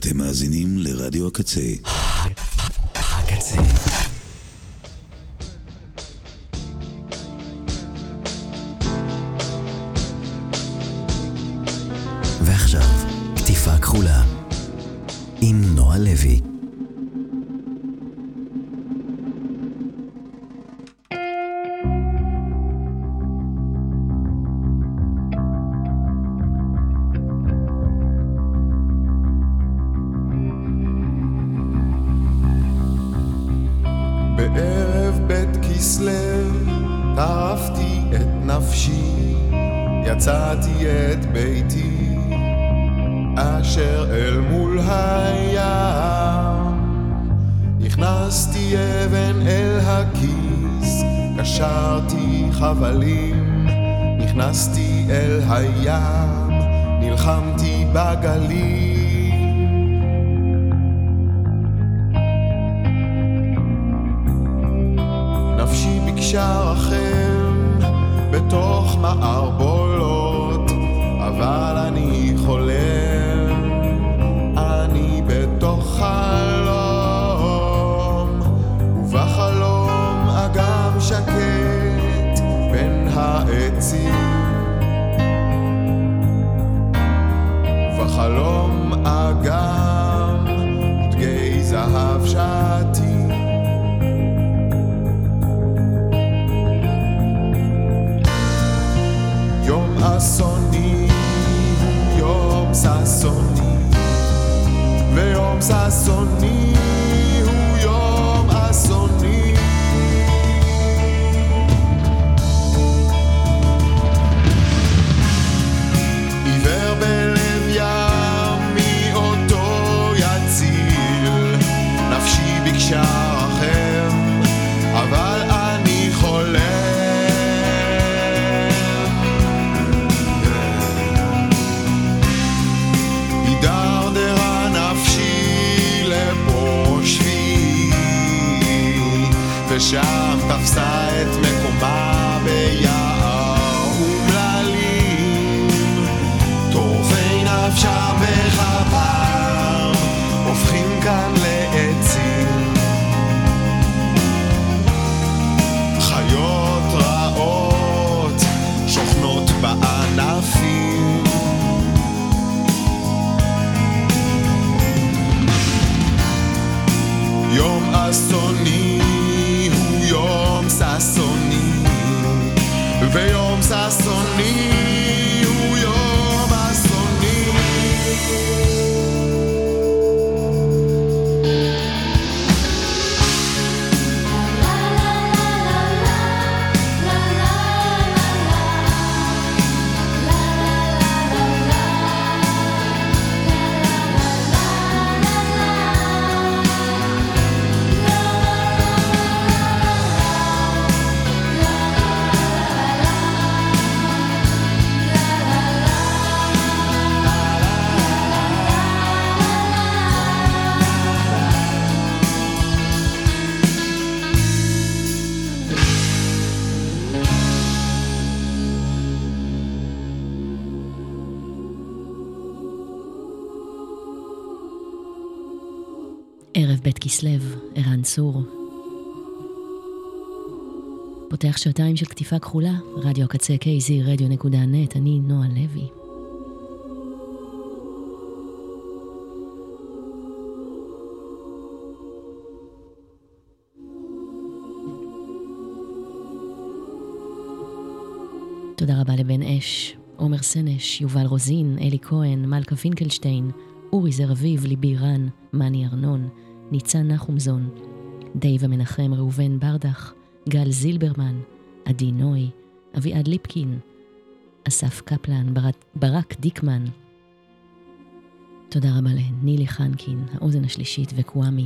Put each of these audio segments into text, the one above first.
אתם מאזינים לרדיו הקצה. הקצה. ועכשיו, כתיפה כחולה עם נועה לוי. בערב בית כסלו טרפתי את נפשי, יצאתי את ביתי אשר אל מול הים, נכנסתי אבן אל הכיס, קשרתי חבלים, נכנסתי אל הים, נלחמתי בגלים. נפשי ביקשה רחם בתוך מערבולות, אבל אני חולם, אני בתוך חלום, ובחלום אגם שקט בין העצים, ובחלום אגם דגי זהב שעתי. יום אסוני הוא יום ססוני, ויום ססוני הוא יום אסוני. עיוור בלב ים מי אותו יציל, נפשי ביקשה רחם אבל אני חולם, דרדרה נפשי לבושבי, ושם תפסה את מקומה ביער ומללים, טורפי נפשה בחפר הופכים כאן לעצים, חיות רעות שוכנות בענפים, יום אסוני הוא יום ססוני, ויום ססוני הוא יום אסוני. ערב בית כסלו, ערן צור. פותח שעתיים של כתיפה כחולה, רדיו הקצה kzradio.net, אני נועה לוי. תודה רבה לבן אש, עומר סנש, יובל רוזין, אלי כהן, מלכה פינקלשטיין, אורי זר אביב, ליבי רן, מני ארנון, ניצן נחומזון, דייב המנחם, ראובן ברדך, גל זילברמן, עדי נוי, אביעד ליפקין, אסף קפלן, ברק דיקמן. תודה רבה לנילי חנקין, האוזן השלישית וקוואמי.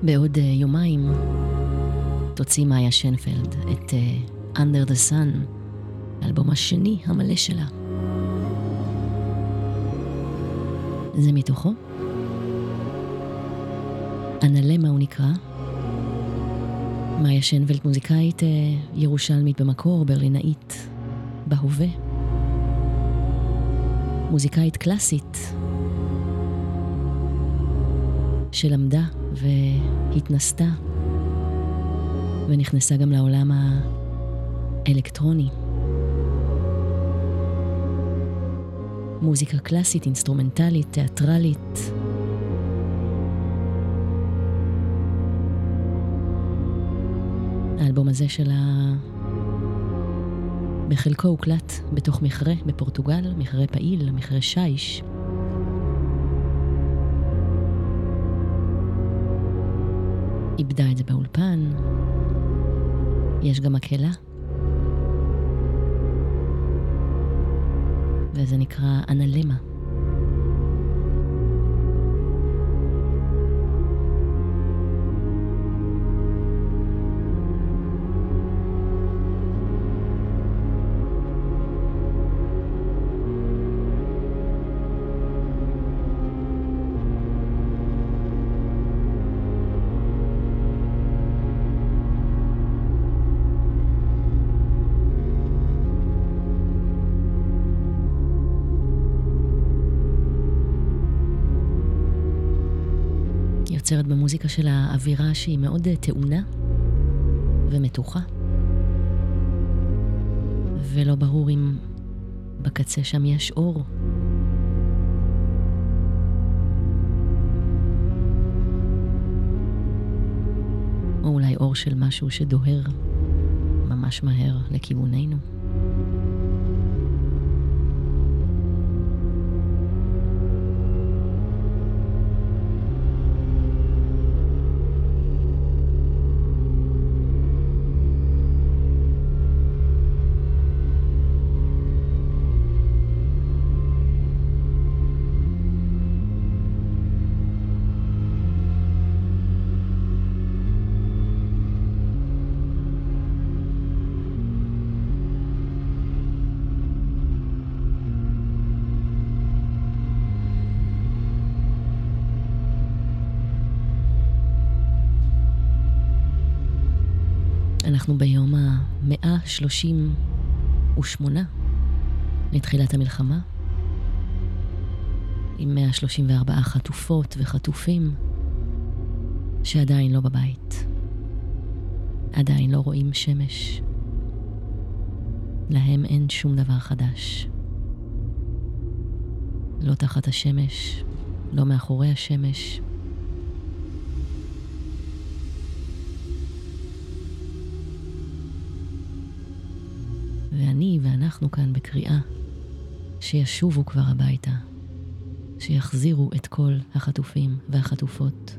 בעוד יומיים תוציא מאיה שנפלד את Under the Sun, האלבום השני המלא שלה. זה מתוכו. אנלמה הוא נקרא. מאיה שנפלד מוזיקאית ירושלמית במקור, ברלינאית בהווה. מוזיקאית קלאסית שלמדה והתנסתה ונכנסה גם לעולם האלקטרוני. מוזיקה קלאסית, אינסטרומנטלית, תיאטרלית. האלבום הזה שלה בחלקו הוקלט בתוך מכרה בפורטוגל, מכרה פעיל, מכרה שיש. איבדה את זה באולפן. יש גם מקהלה. וזה נקרא אנלמה. יוצרת במוזיקה של האווירה שהיא מאוד טעונה ומתוחה, ולא ברור אם בקצה שם יש אור. או אולי אור של משהו שדוהר ממש מהר לכיווננו. אנחנו ביום ה-138 לתחילת המלחמה, עם 134 חטופות וחטופים שעדיין לא בבית, עדיין לא רואים שמש. להם אין שום דבר חדש. לא תחת השמש, לא מאחורי השמש. ואני ואנחנו כאן בקריאה שישובו כבר הביתה, שיחזירו את כל החטופים והחטופות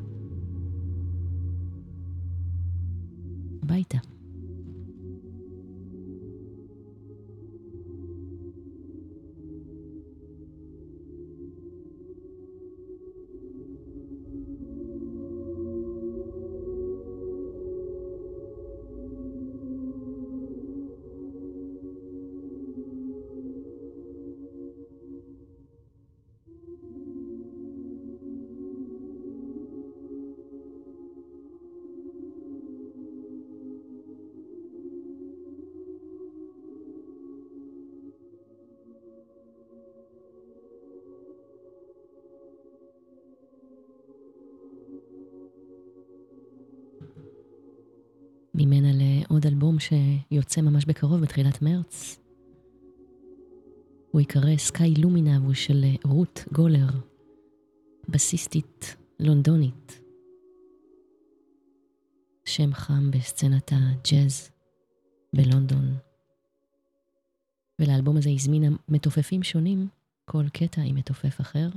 הביתה. ממנה לעוד אלבום שיוצא ממש בקרוב, בתחילת מרץ. הוא יקרא סקאי לומינה, והוא של רות גולר, בסיסטית לונדונית. שם חם בסצנת הג'אז בלונדון. ולאלבום הזה הזמינה מתופפים שונים, כל קטע עם מתופף אחר.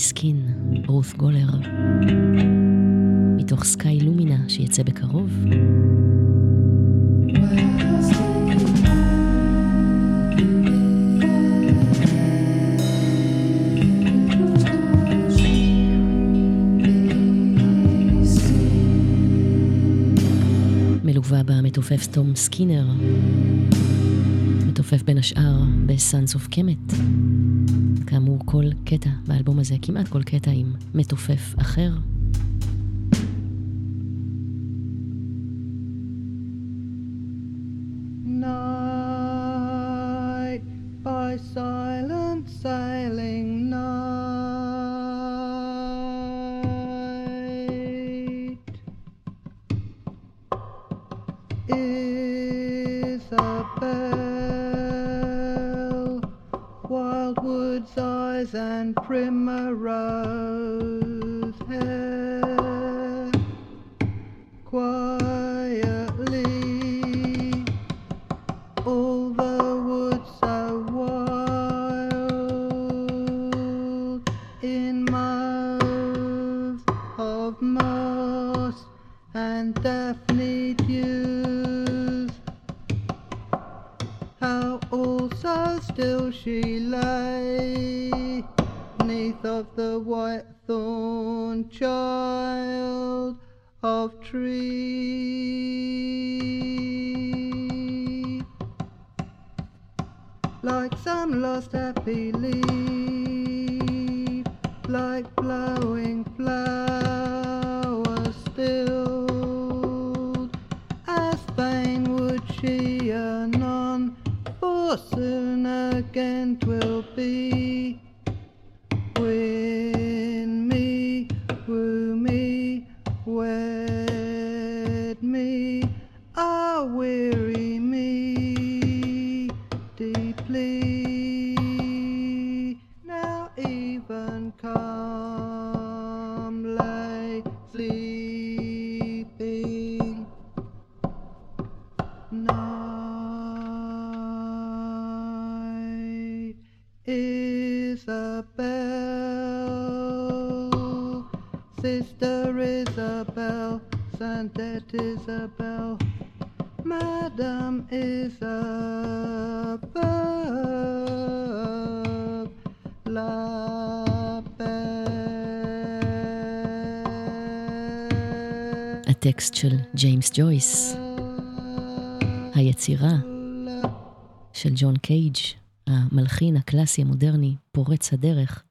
סקין, רות גולר, מתוך סקאי לומינה שיצא בקרוב. מלווה במתופף תום סקינר, מתופף בין השאר בסאנס אוף קמת. כאמור כל קטע באלבום הזה, כמעט כל קטע עם מתופף אחר. Night by silent sailing night Isabel, wildwood's eyes and primrose hair, quietly all the woods are wild in mauve of moss and daphne dews. How also still she lay neath of the white thorn, child of tree. Like some lost happy leaf, like blowing flowers stilled, as fain would she anon, for soon again 'twill be. Win me, woo me, wed me, ah, weary me deeply. Now even calm lay sleeping night. Isabel, Sister Isabel, Saintette Isabel, Madame Isabel, La Belle. הטקסט של ג'יימס ג'ויס, היצירה של ג'ון קייג', המלחין הקלאסי המודרני, פורץ הדרך,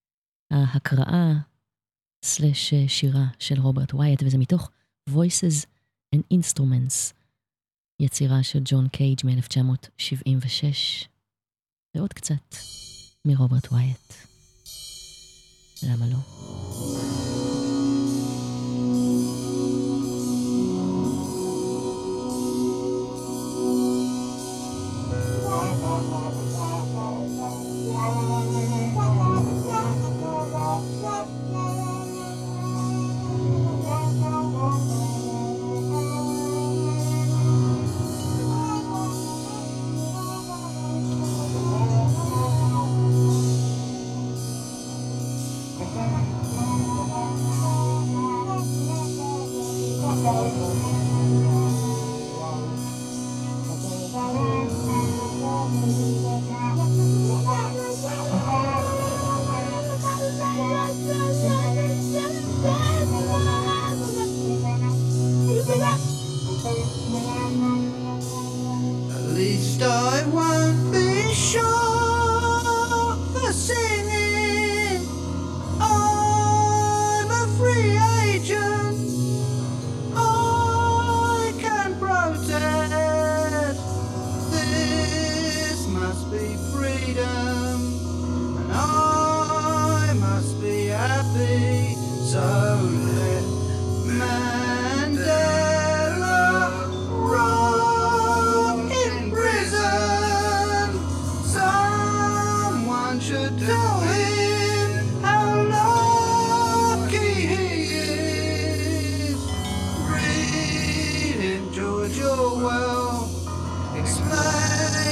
ההקראה סלש שירה של רוברט ווייט, וזה מתוך Voices and Instruments, יצירה של ג'ון קייג' מ-1976, ועוד קצת מרוברט ווייט. למה לא?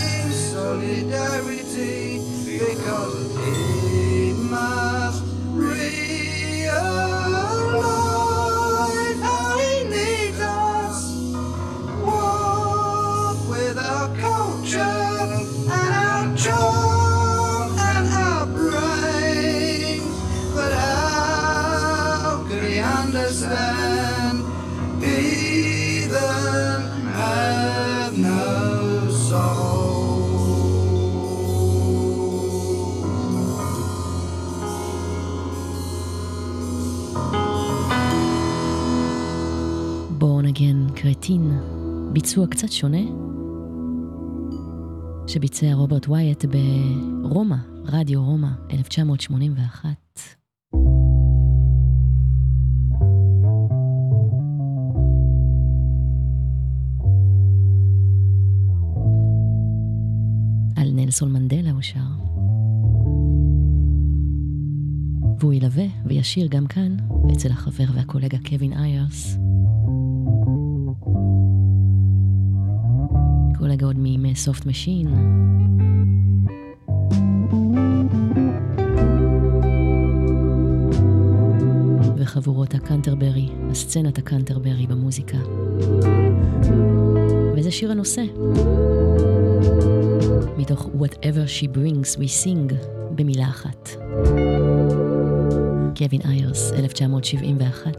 Solidarity, because he must ניגן קרטין, ביצוע קצת שונה, שביצע רוברט ווייט ברומא, רדיו רומא, 1981. על נלסון מנדלה הוא שר. והוא ילווה וישיר גם כאן אצל החבר והקולגה קווין איירס. קולגה עוד מימי סופט משין. וחבורות הקנטרברי, הסצנת הקנטרברי במוזיקה. וזה שיר הנושא. מתוך Whatever She Brings We Sing במילה אחת. קווין איירס, 1971.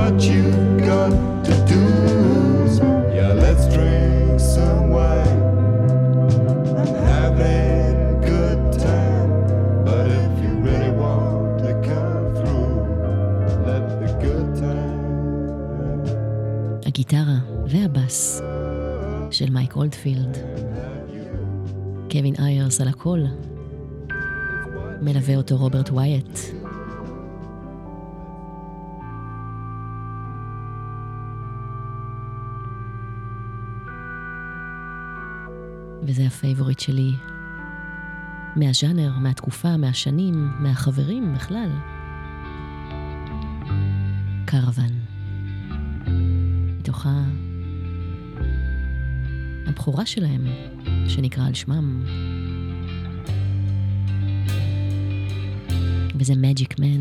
what you've got to do. Yeah, let's drink some wine and have a good time. But if you really want to come through, let the good time. הגיטרה והבס של מייק אולדפילד, קווין איירס על הכל, מלווה אותו רוברט ווייט. וזה הפייבוריט שלי מהז'אנר, מהתקופה, מהשנים, מהחברים בכלל. קרוון. מתוך הבחורה שלהם, שנקרא על שמם. וזה Magic Man.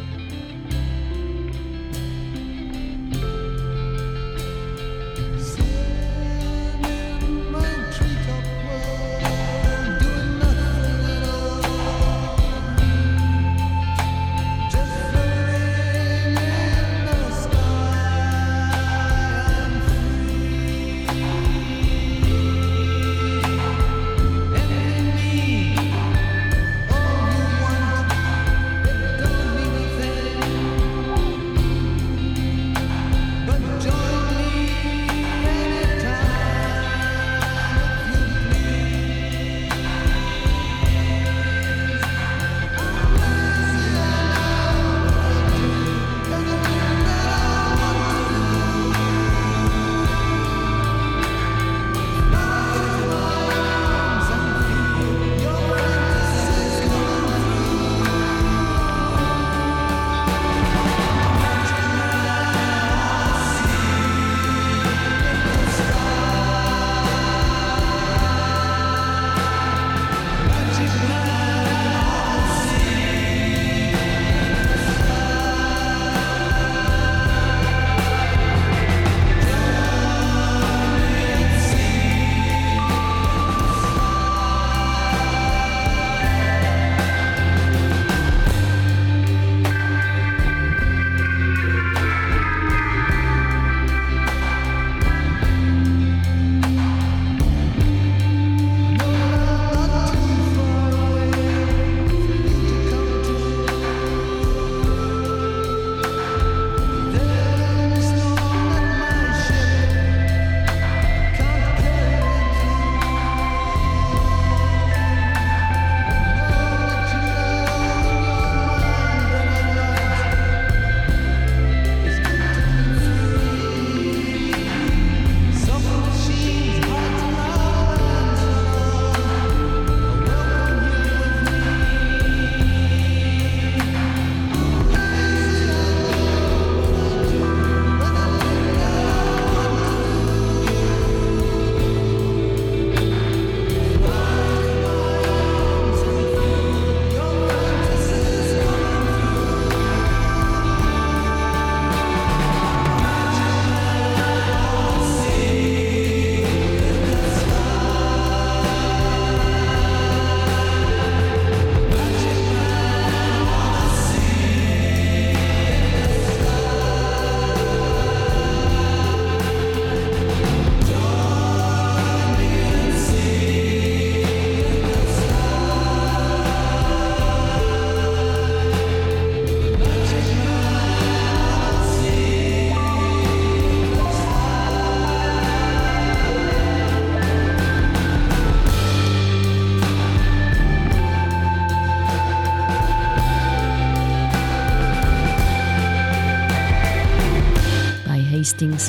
סטינגס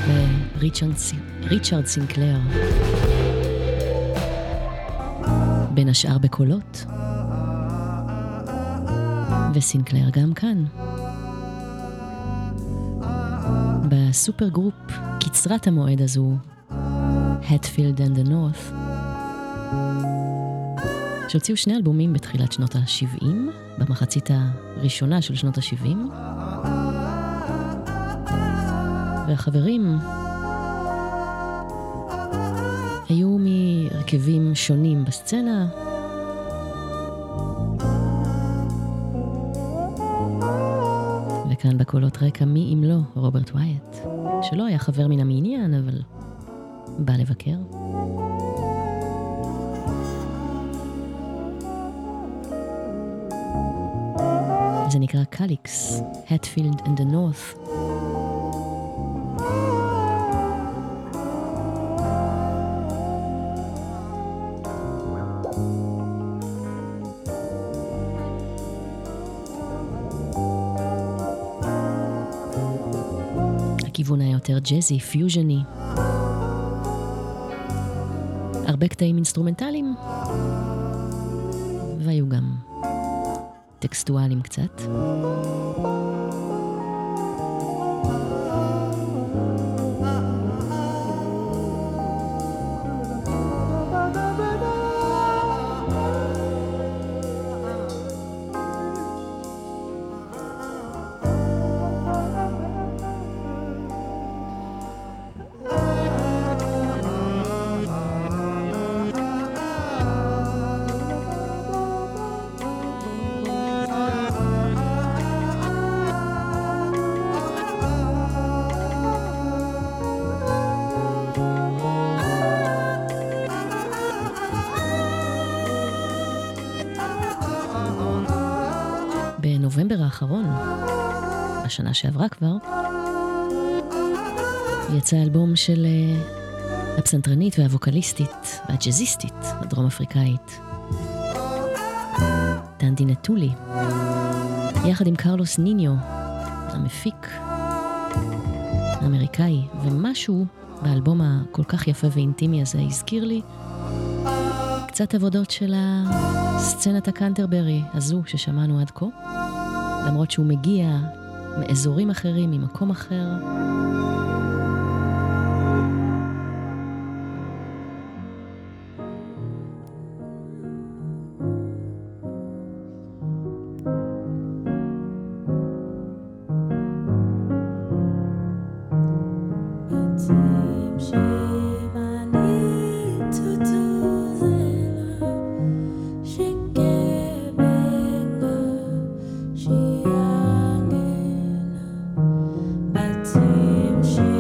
וריצ'רד סינקלר, בין השאר בקולות, וסינקלר גם כאן בסופר גרופ קצרת המועד הזו, Hatfield and the North, שהוציאו 2 אלבומים בתחילת שנות ה-70, במחצית הראשונה של שנות ה-70, והחברים היו מרכבים שונים בסצנה, וכאן בקולות רקע מי אם לא רוברט ווייט, שלא היה חבר מן המעניין, אבל בא לבקר. זה נקרא קליקס, Hatfield and the North. הכיוון היה יותר ג'זי, פיוז'ני. הרבה קטעים אינסטרומנטליים, והיו גם טקסטואלים קצת. בנובמבר האחרון, בשנה שעברה כבר, יצא אלבום של הפסנתרנית והווקליסטית והג'זיסטית הדרום אפריקאית דנדי נטולי, יחד עם קרלוס ניניו, המפיק האמריקאי, ומשהו באלבום הכל כך יפה ואינטימי הזה הזכיר לי קצת עבודות של הסצנת הקנטרברי הזו ששמענו עד כה, למרות שהוא מגיע מאזורים אחרים, ממקום אחר. She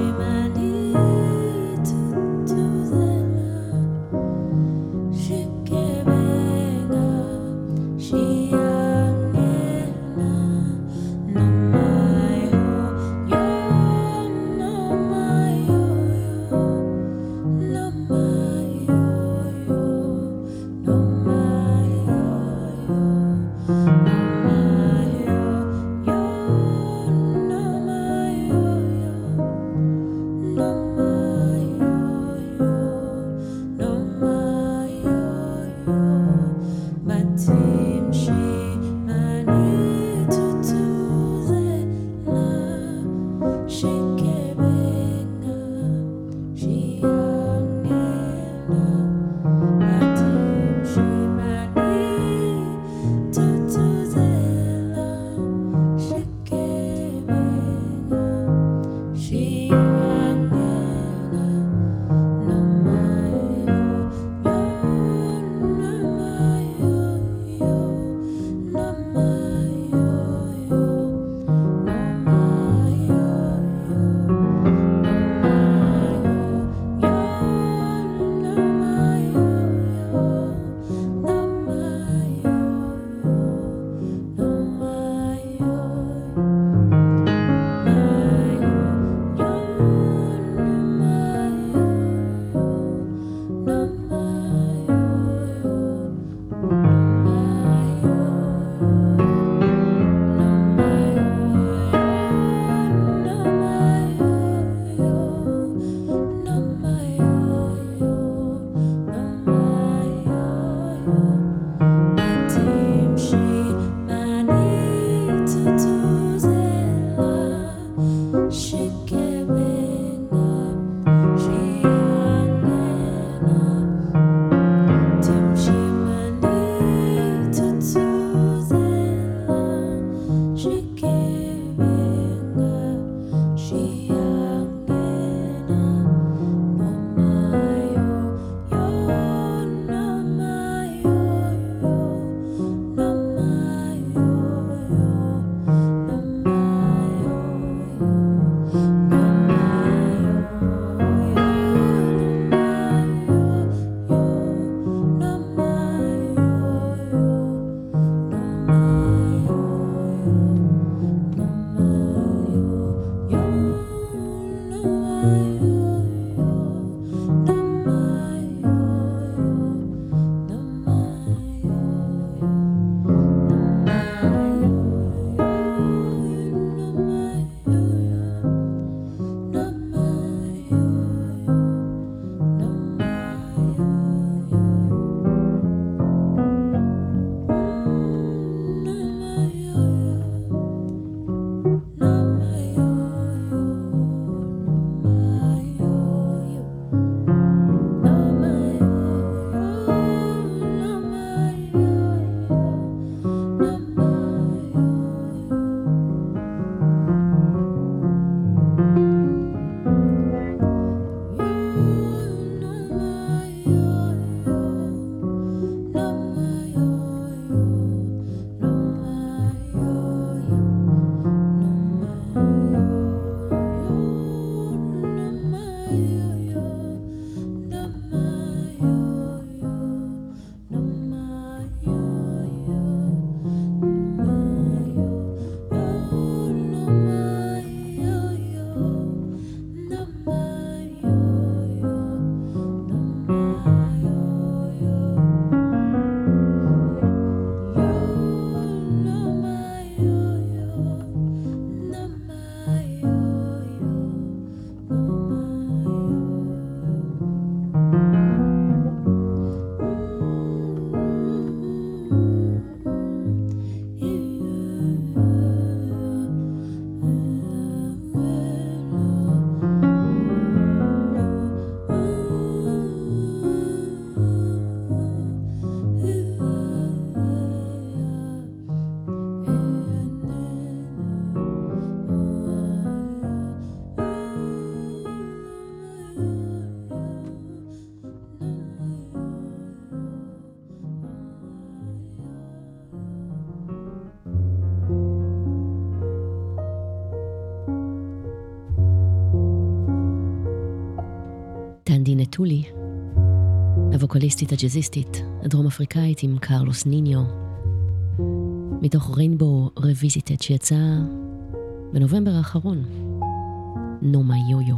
טולי, הווקליסטית הג'אזיסטית הדרום אפריקאית עם קרלוס ניניו, מתוך ריינבו רוויזיטד שיצא בנובמבר האחרון, נומה יו-יו.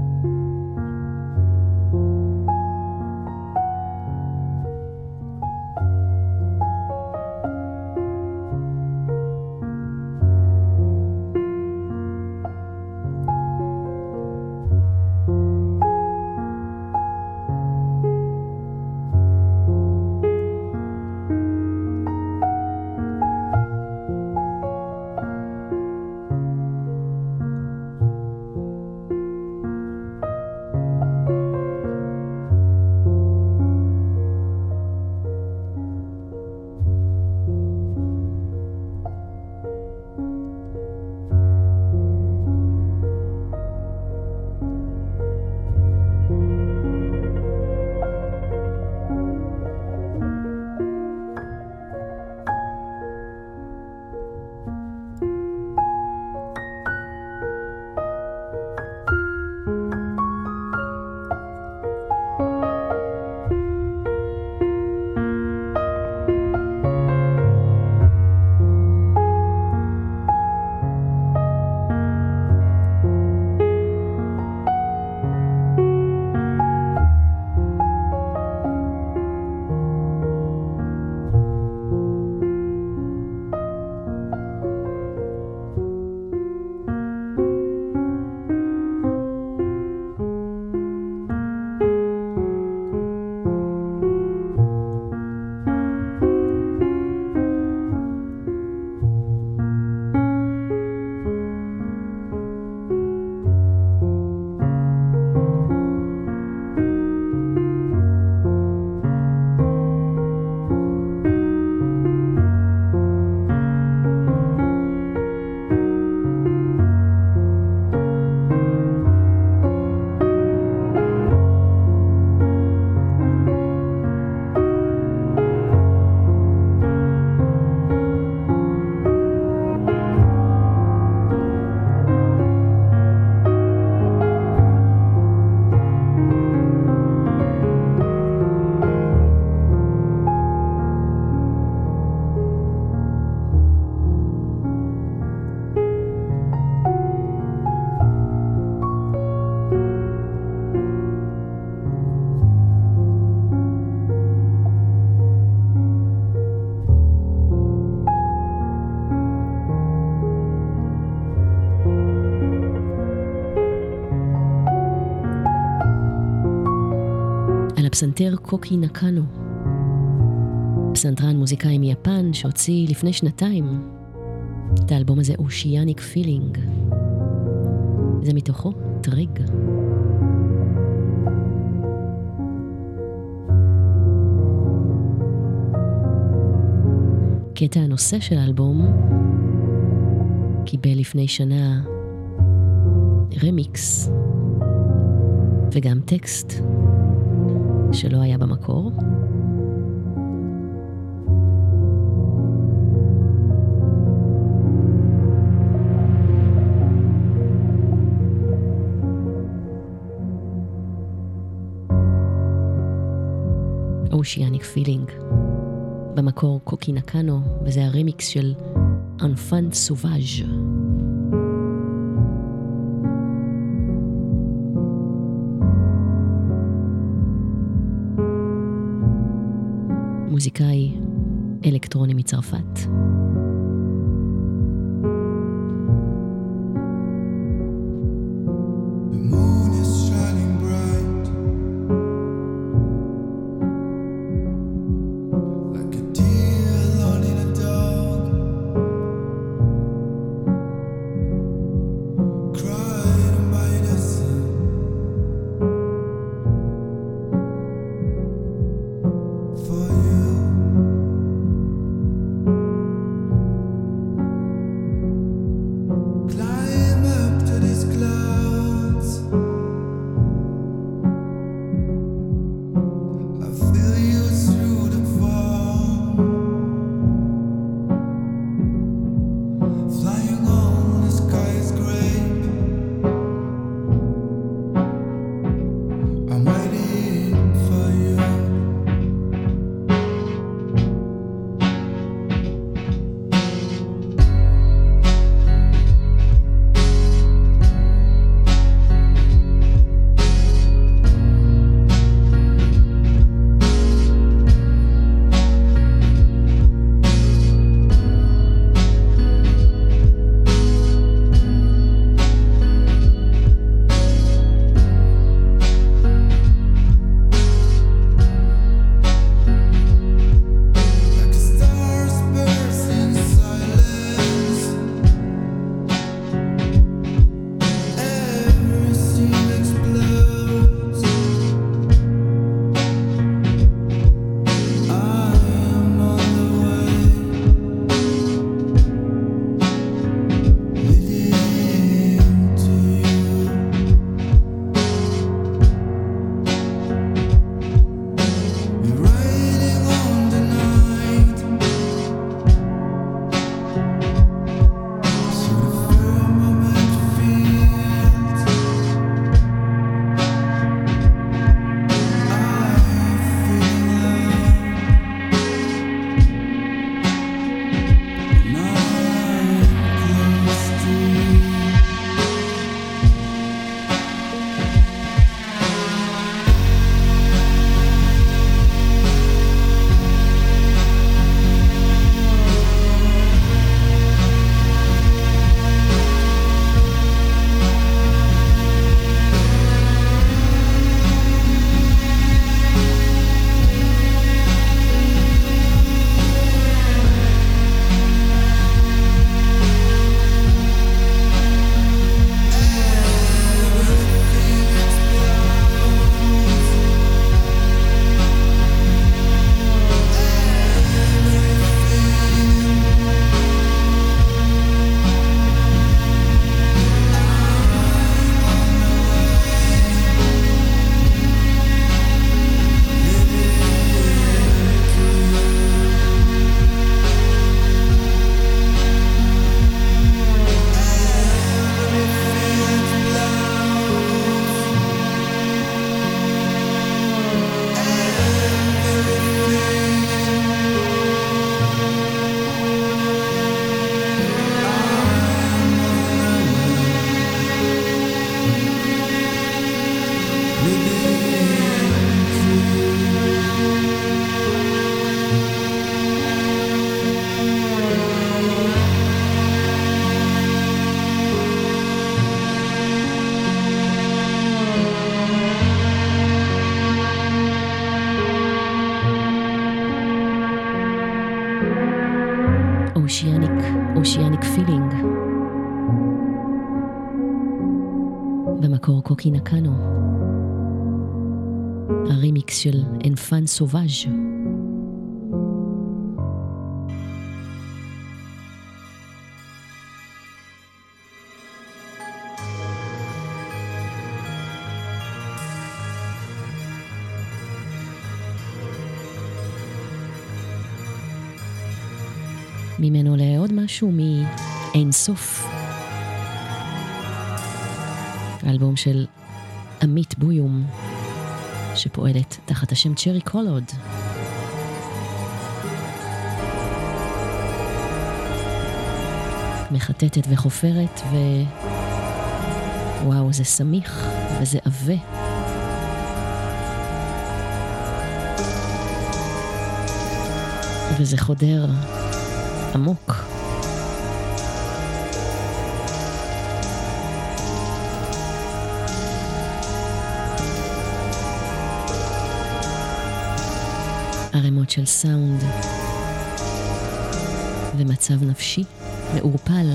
פסנתר קוקי נקאנו, פסנתרן מוזיקאי מיפן שהוציא לפני 2 את האלבום הזה אושיאניק פילינג. זה מתוכו טריג. קטע הנושא של האלבום קיבל לפני שנה רמיקס וגם טקסט שלא היה במקור. אושיאניק פילינג, במקור קוקי נקאנו, וזה הרמיקס של אנפאנט סובאז'. מוזיקאי אלקטרוני מצרפת. For you אוקיאניק פילינג. במקור קוקי נקאנו. הרימיקס של אנפן סובאז'. ממנו לעוד משהו מאין סוף. אלבום של עמית בויום, שפועלת תחת השם צ'רי קולוד. מחטטת וחופרת, וואו, זה סמיך וזה עווה. וזה חודר עמוק. ערימות של סאונד ומצב נפשי מעורפל.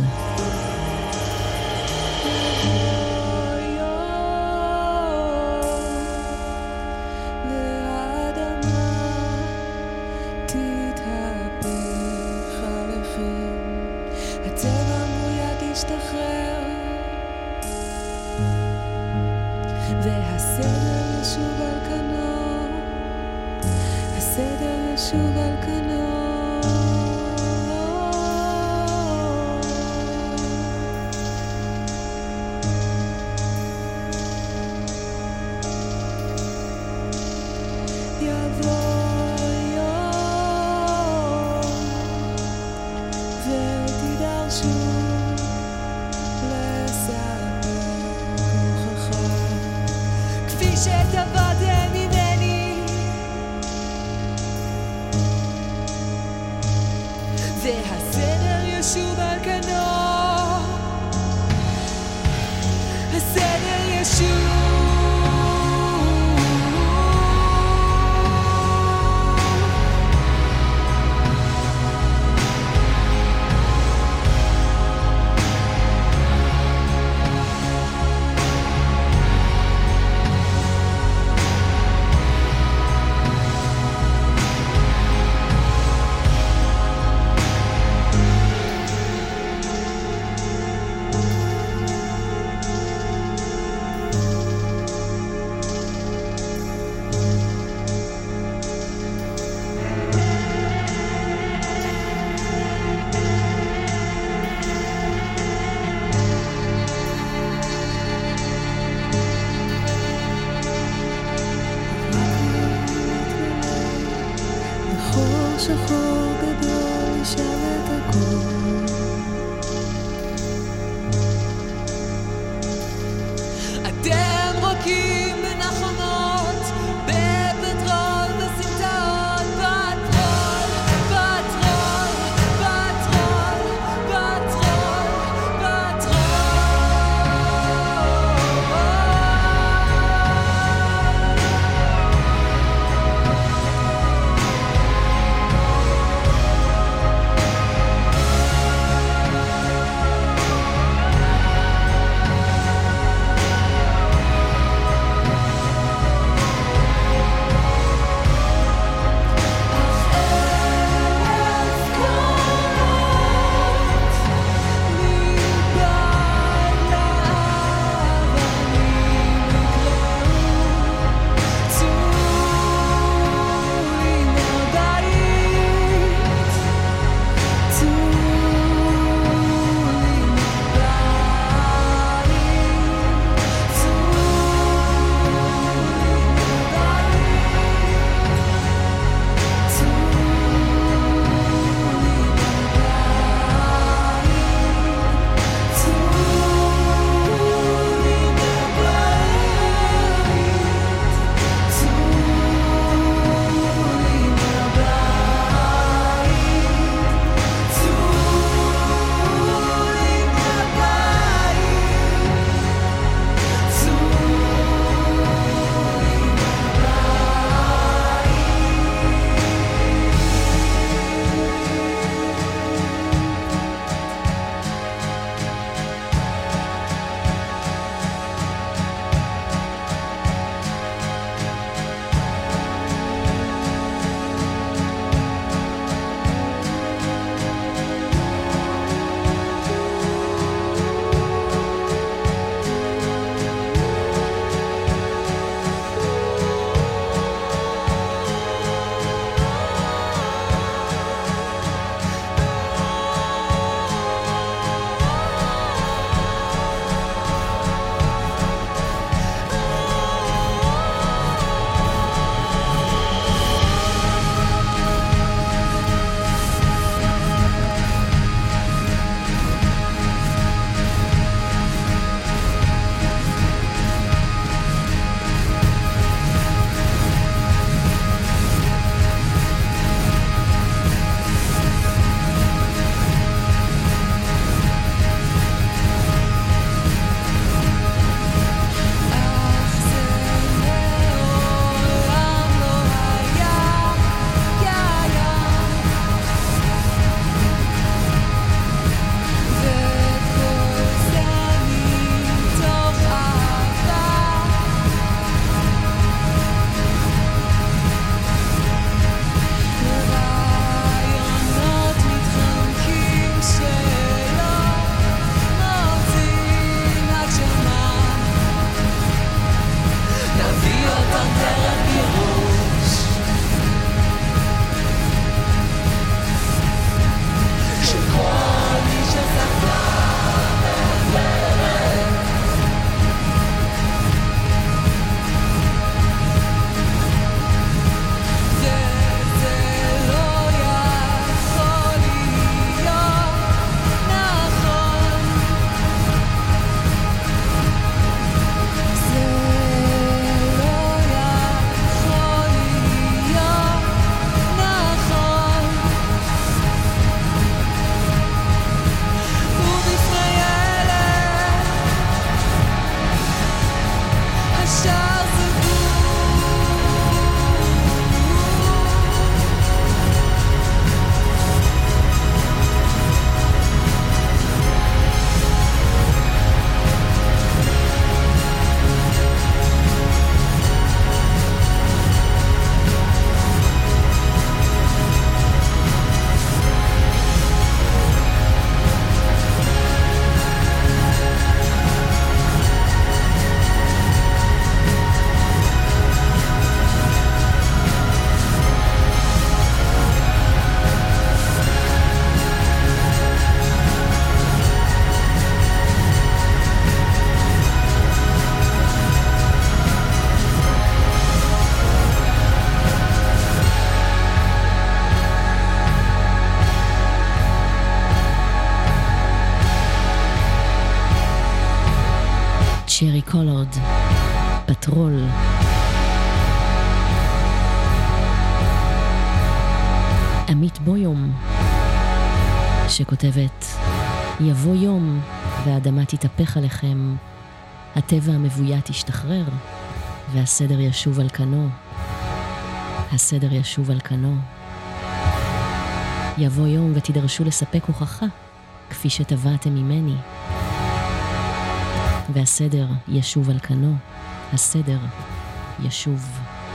כפי שתבעתם ממני שרי קולורד, פטרול. עמית בויום, שכותבת, יבוא יום והאדמה תתהפך עליכם, הטבע המבוית ישתחרר, והסדר ישוב על כנו. הסדר ישוב על כנו. יבוא יום ותדרשו לספק הוכחה, כפי שטבעתם ממני. והסדר ישוב על כנו. הסדר ישוב.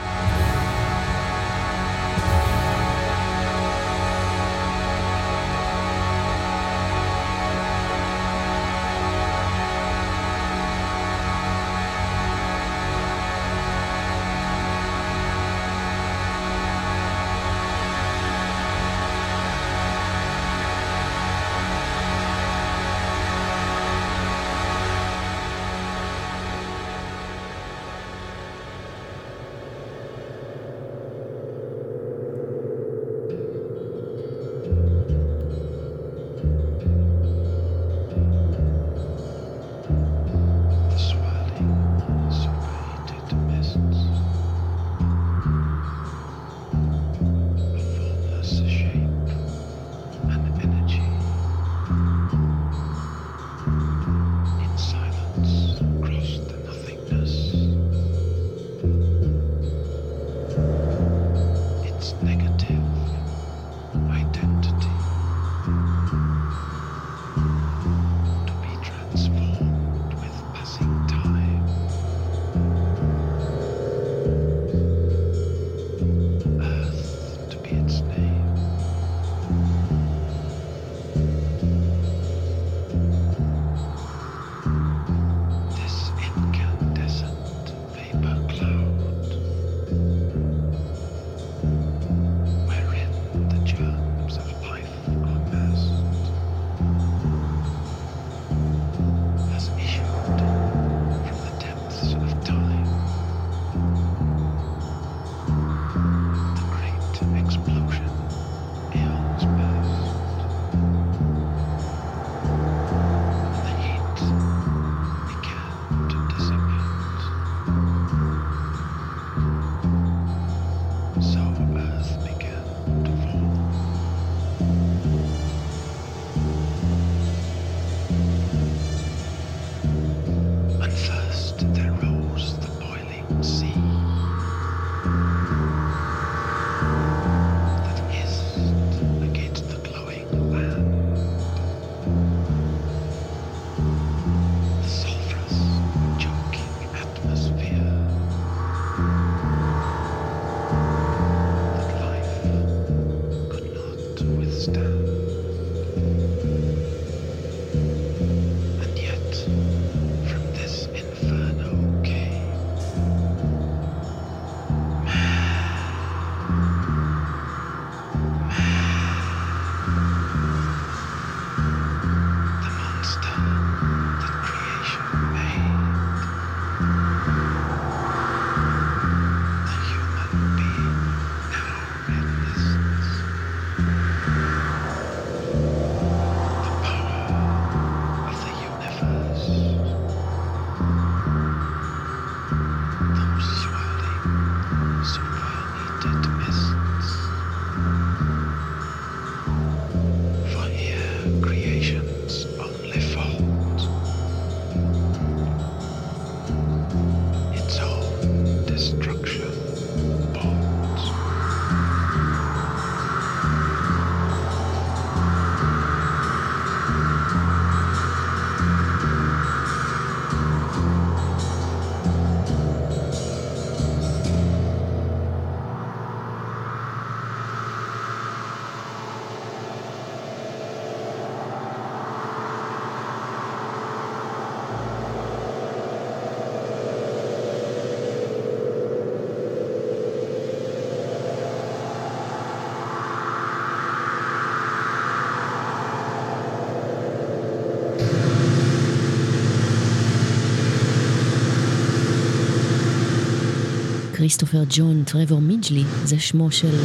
כריסטופר ג'ון טרוור מידג'לי, זה שמו של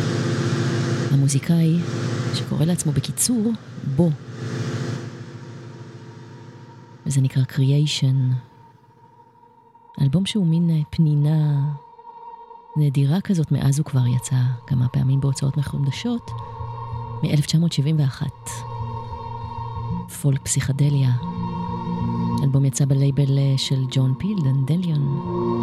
המוזיקאי שקורא לעצמו בקיצור בו. וזה נקרא Creation. אלבום שהוא מין פנינה נדירה כזאת, מאז הוא כבר יצא כמה פעמים בהוצאות מחודשות, מ-1971. פולק פסיכדליה. אלבום יצא בלייבל של ג'ון פיל, דנדליון.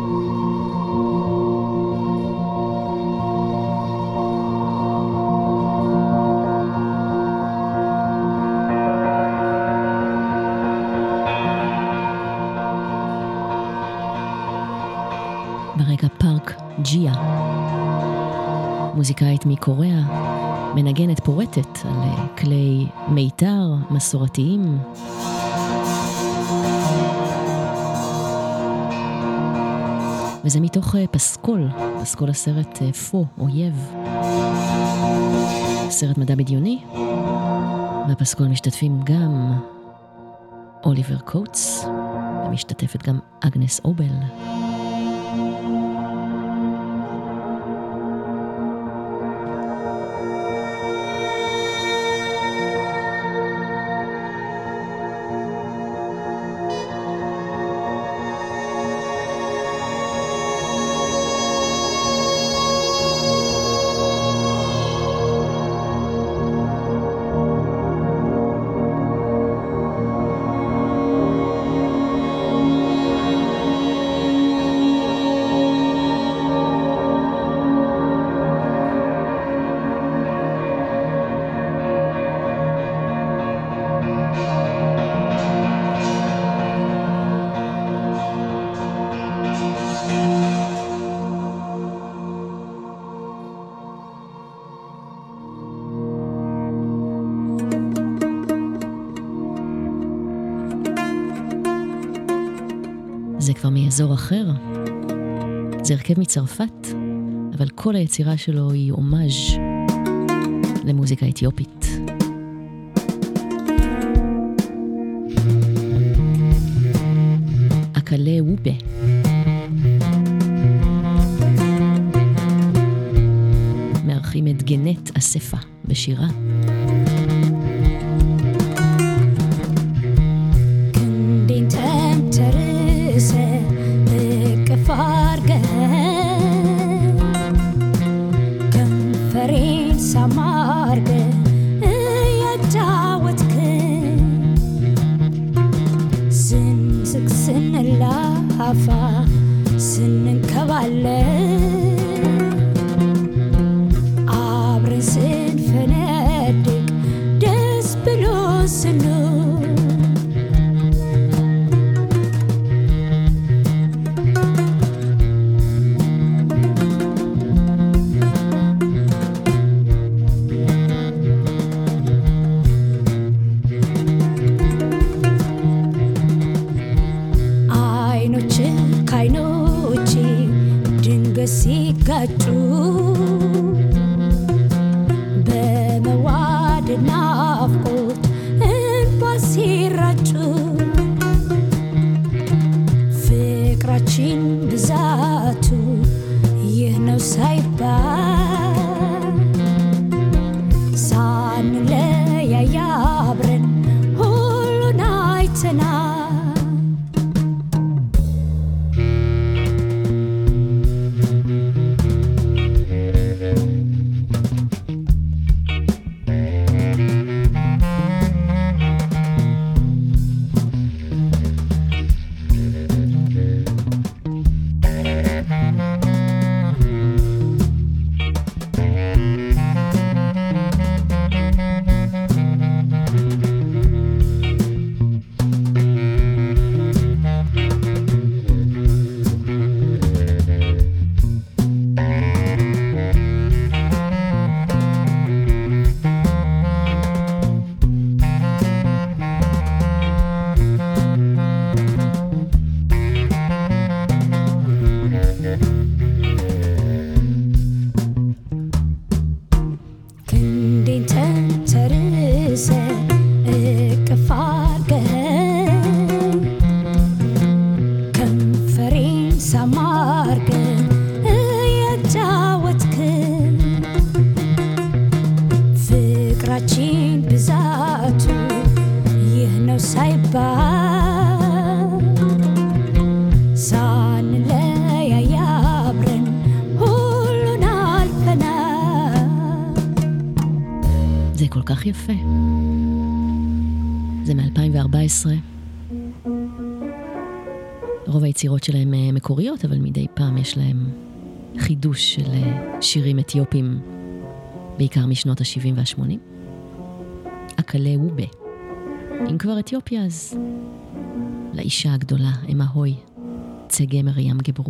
ברגע פארק ג'יה, מוזיקאית מקוריאה, מנגנת פורטת על כלי מיתר מסורתיים. וזה מתוך פסקול הסרט פו, אויב. סרט מדע בדיוני. בפסקול משתתפים גם אוליבר קוטס, ומשתתפת גם אגנס אובל. זה כבר מאזור אחר. זה הרכב מצרפת, אבל כל היצירה שלו היא הומאז' למוזיקה אתיופית. אקלה וובה. מארחים את גנט אספה בשירה. כך יפה. זה מ-2014. רוב היצירות שלהם מקוריות, אבל מדי פעם יש להם חידוש של שירים אתיופים, בעיקר משנות ה-70 וה-80. אקלה וובה. אם כבר אתיופיה, אז לאישה הגדולה, אמה הוי, צגה מרים גברו.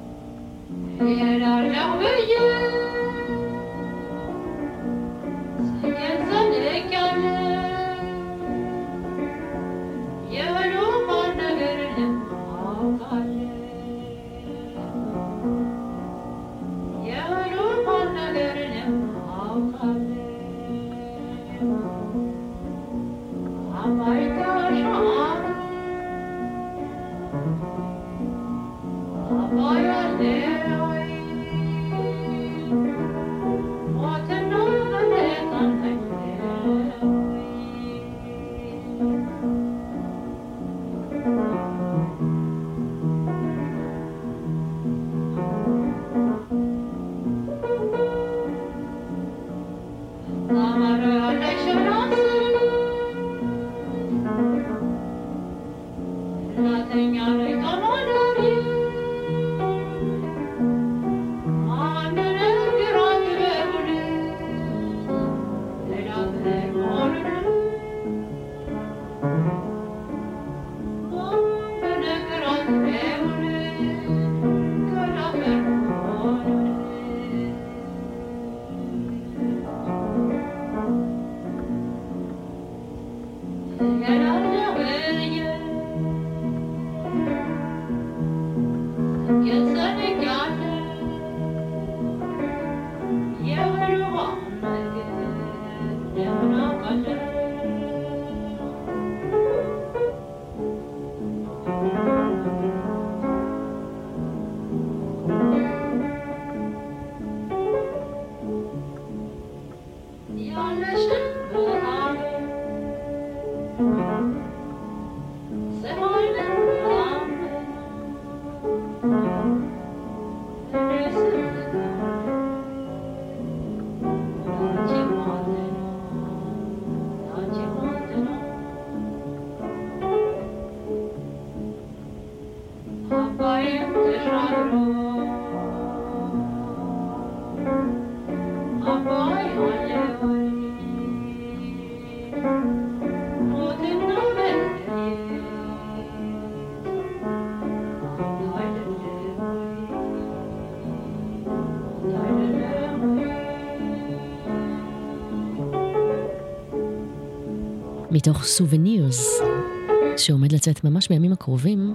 מתוך סובנירס, שעומד לצאת ממש בימים הקרובים,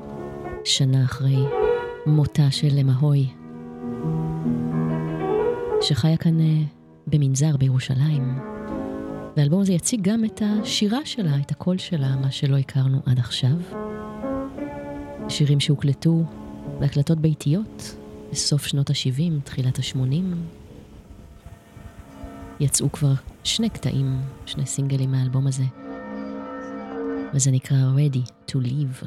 שנה אחרי מותה של אמה הוי, שחיה כאן במנזר בירושלים. והאלבום הזה יציג גם את השירה שלה, את הקול שלה, מה שלא הכרנו עד עכשיו. שירים שהוקלטו בהקלטות ביתיות בסוף שנות ה-70, תחילת ה-80. יצאו כבר 2 קטעים, 2 סינגלים מהאלבום הזה. וזה נקרא Ready to Leave.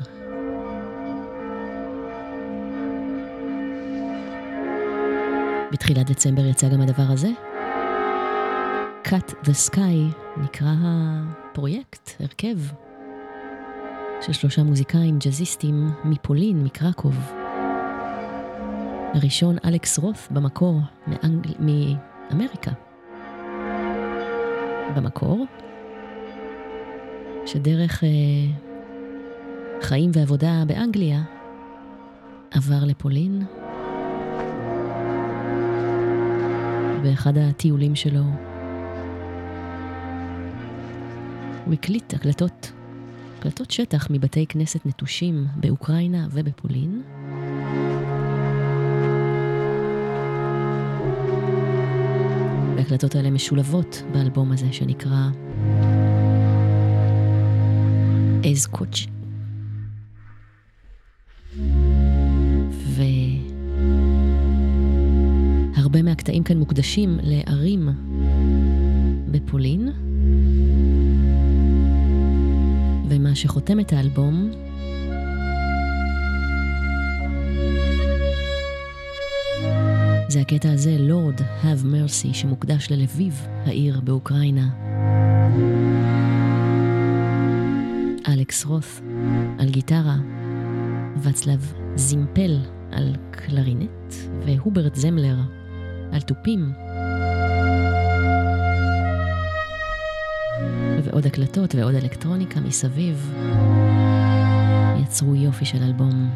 בתחילת דצמבר יצא גם הדבר הזה. Cut the Sky נקרא הפרויקט, הרכב של 3 מוזיקאים ג'אזיסטים מפולין, מקרקוב. הראשון אלכס רות במקור מאמריקה. במקור שדרך חיים ועבודה באנגליה עבר לפולין, באחד הטיולים שלו הוא הקליט הקלטות שטח מבתי כנסת נטושים באוקראינה ובפולין. וההקלטות האלה משולבות באלבום הזה שנקרא אז קוץ'. והרבה מהקטעים כאן מוקדשים לערים בפולין, ומה שחותם את האלבום זה הקטע הזה, Lord Have Mercy, שמוקדש ללביב, העיר באוקראינה. אלכס רות על גיטרה, וצלב זימפל על קלרינט, והוברט זמלר על תופים. ועוד הקלטות ועוד אלקטרוניקה מסביב יצרו יופי של אלבום.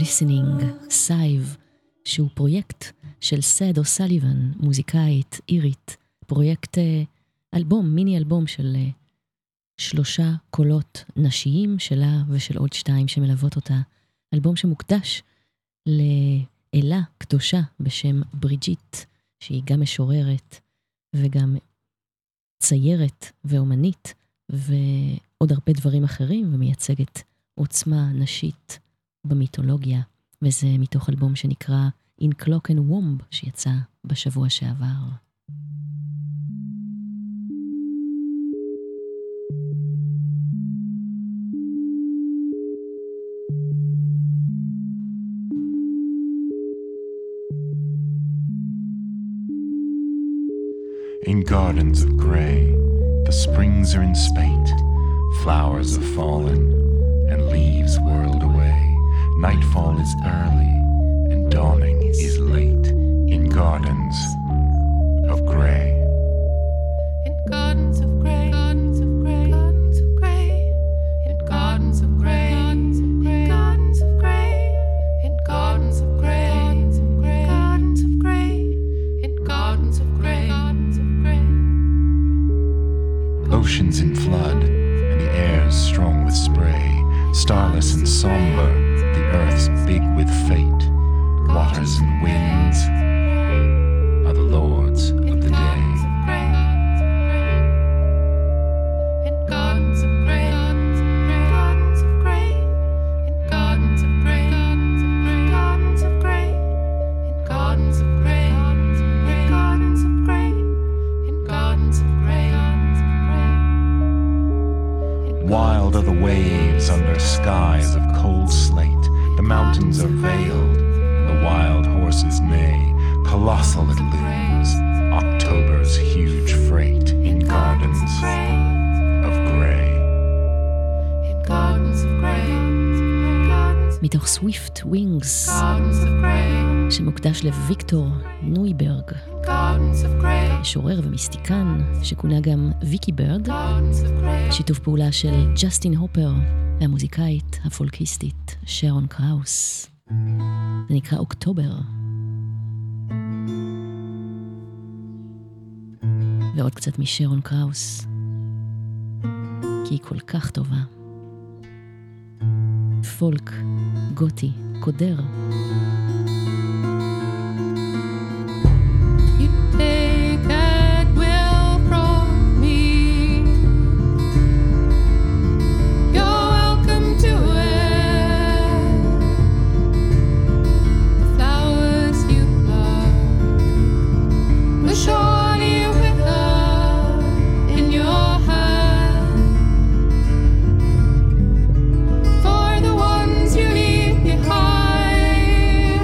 Listening, סייב, שהוא פרויקט של סד אוסליבן, מוזיקאית אירית, פרויקט אלבום, מיני אלבום של 3 קולות נשיים שלה ושל עוד 2 שמלוות אותה. אלבום שמוקדש לאלה קדושה בשם בריג'יט, שהיא גם משוררת וגם ציירת ואומנית ועוד הרבה דברים אחרים, ומייצגת עוצמה נשית במיתולוגיה, וזה מתוך אלבום שנקרא In Clock and Womb שיצא בשבוע שעבר. In gardens of grey, the springs are in spate, flowers have fallen, and leaves whirled away. Nightfall is early, and dawning is late, in gardens of grey. In gardens of grey, gardens of grey, gardens of grey, in gardens of grey, gardens of grey, in gardens of grey, gardens of grey, gardens of grey, in gardens of grey, gardens of grey. Oceans in flood, and the air's strong with spray, starless and somber, the earth's big with fate. Waters and winds are the lords of the day. In gardens of grey, gardens of grey, in gardens of grey, gardens of grey, in gardens of grey, gardens of grey, in gardens of grey. Wild are the waves under skies of cold slate. The mountains are veiled, and the wild horses neigh. Colossal it looms, October's huge freight in gardens of grey. In gardens of grey, מתוך סוויפט ווינגס, gardens of grey, שמוקדש לוויקטור נויברג, gardens of grey, משורר ומיסטיקן שכונה גם ויקי ברד, gardens of grey. שיתוף פעולה של ג'סטין הופר והמוזיקאית הפולקיסטית שרון קראוס. זה נקרא אוקטובר. ועוד קצת משרון קראוס, כי היא כל כך טובה. פולק, גותי, קודר. You take at will from me. You're welcome to it. The flowers you pluck will surely wither in your hand. For the ones you leave behind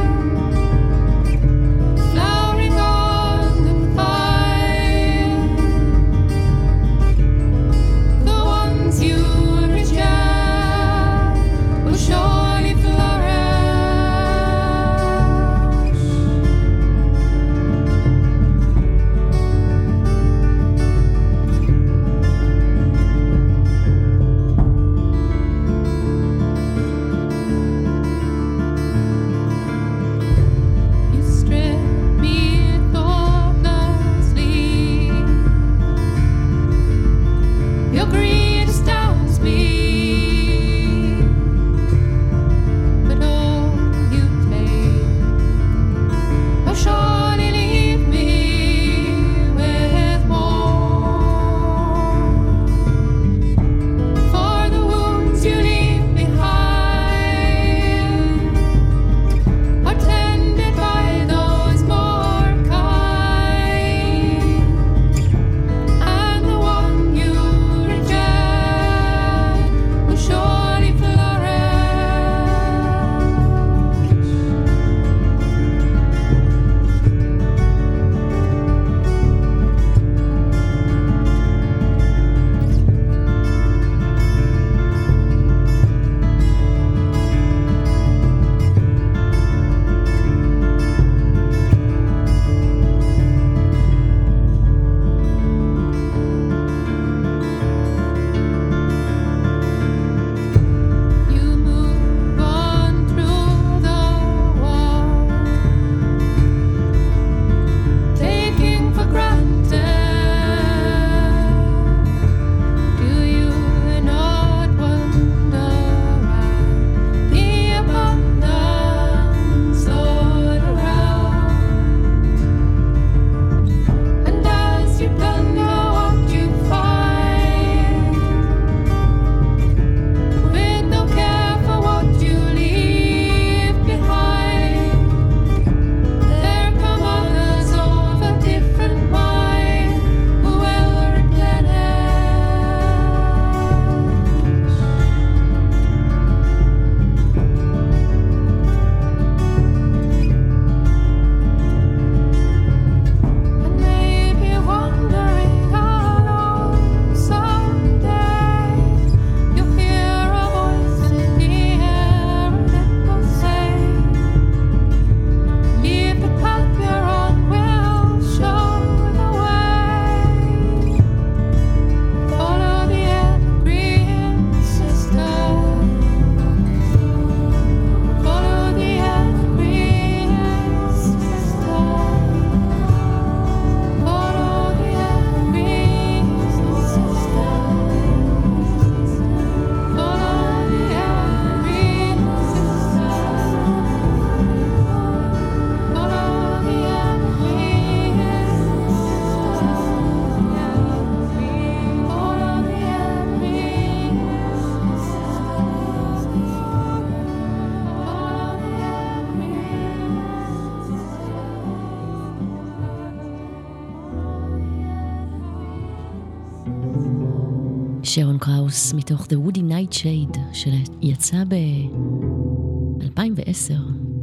שרון קראוס מתוך The Woody Nightshade שיצא ב-2010,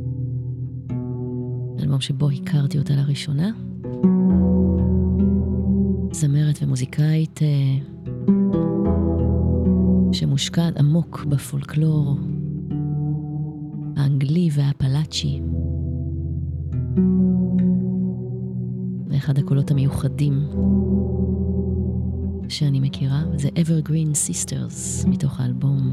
אלבום שבו הכרתי אותה לראשונה. זמרת ומוזיקאית שמושקעת עמוק בפולקלור האנגלי והאפלאצ'י, ואחד הקולות המיוחדים שאני מכירה זה Evergreen Sisters מתוך האלבום.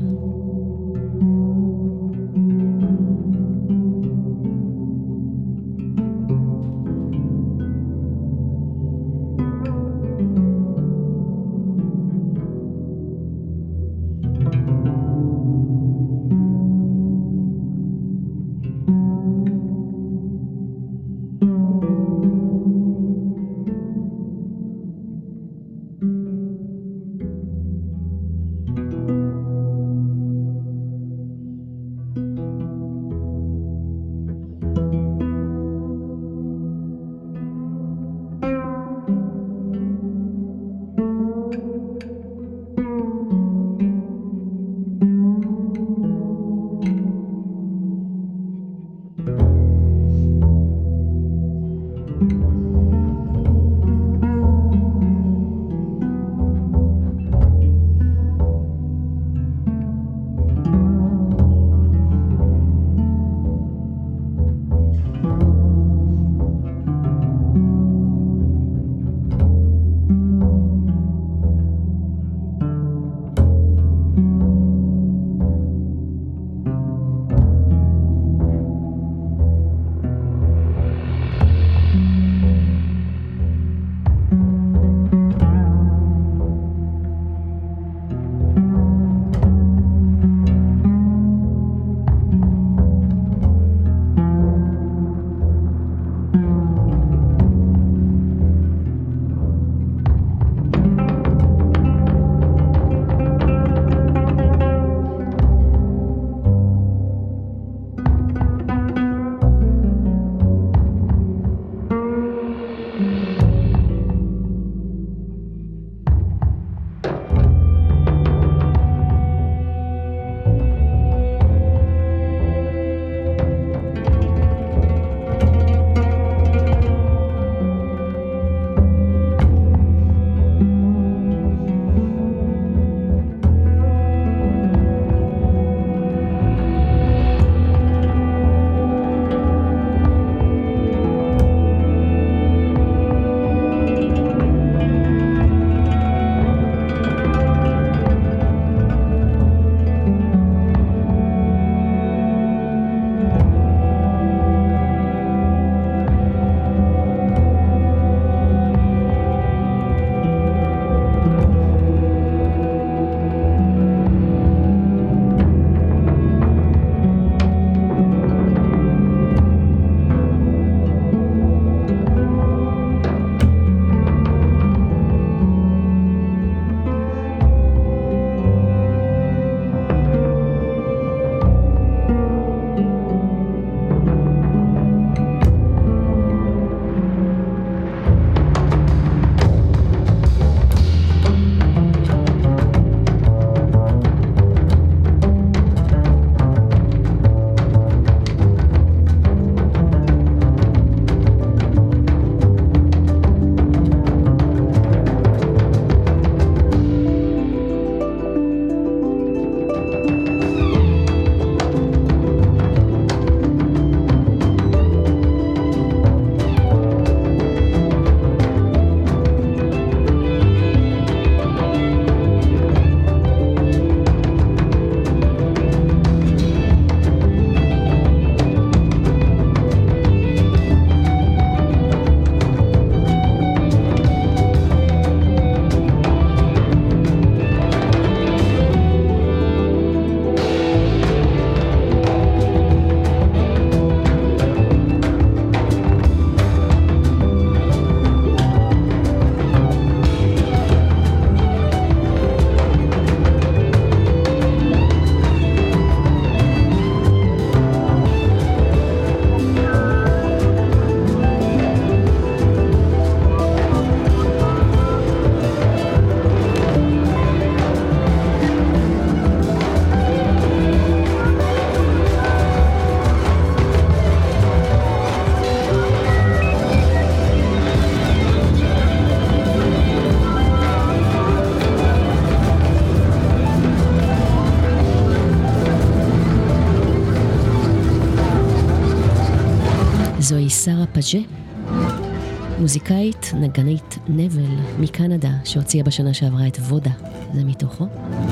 והיא שרה פאז'ה, מוזיקאית, נגנית נבל מקנדה, שהוציאה בשנה שעברה את וודה, זה מתוכו.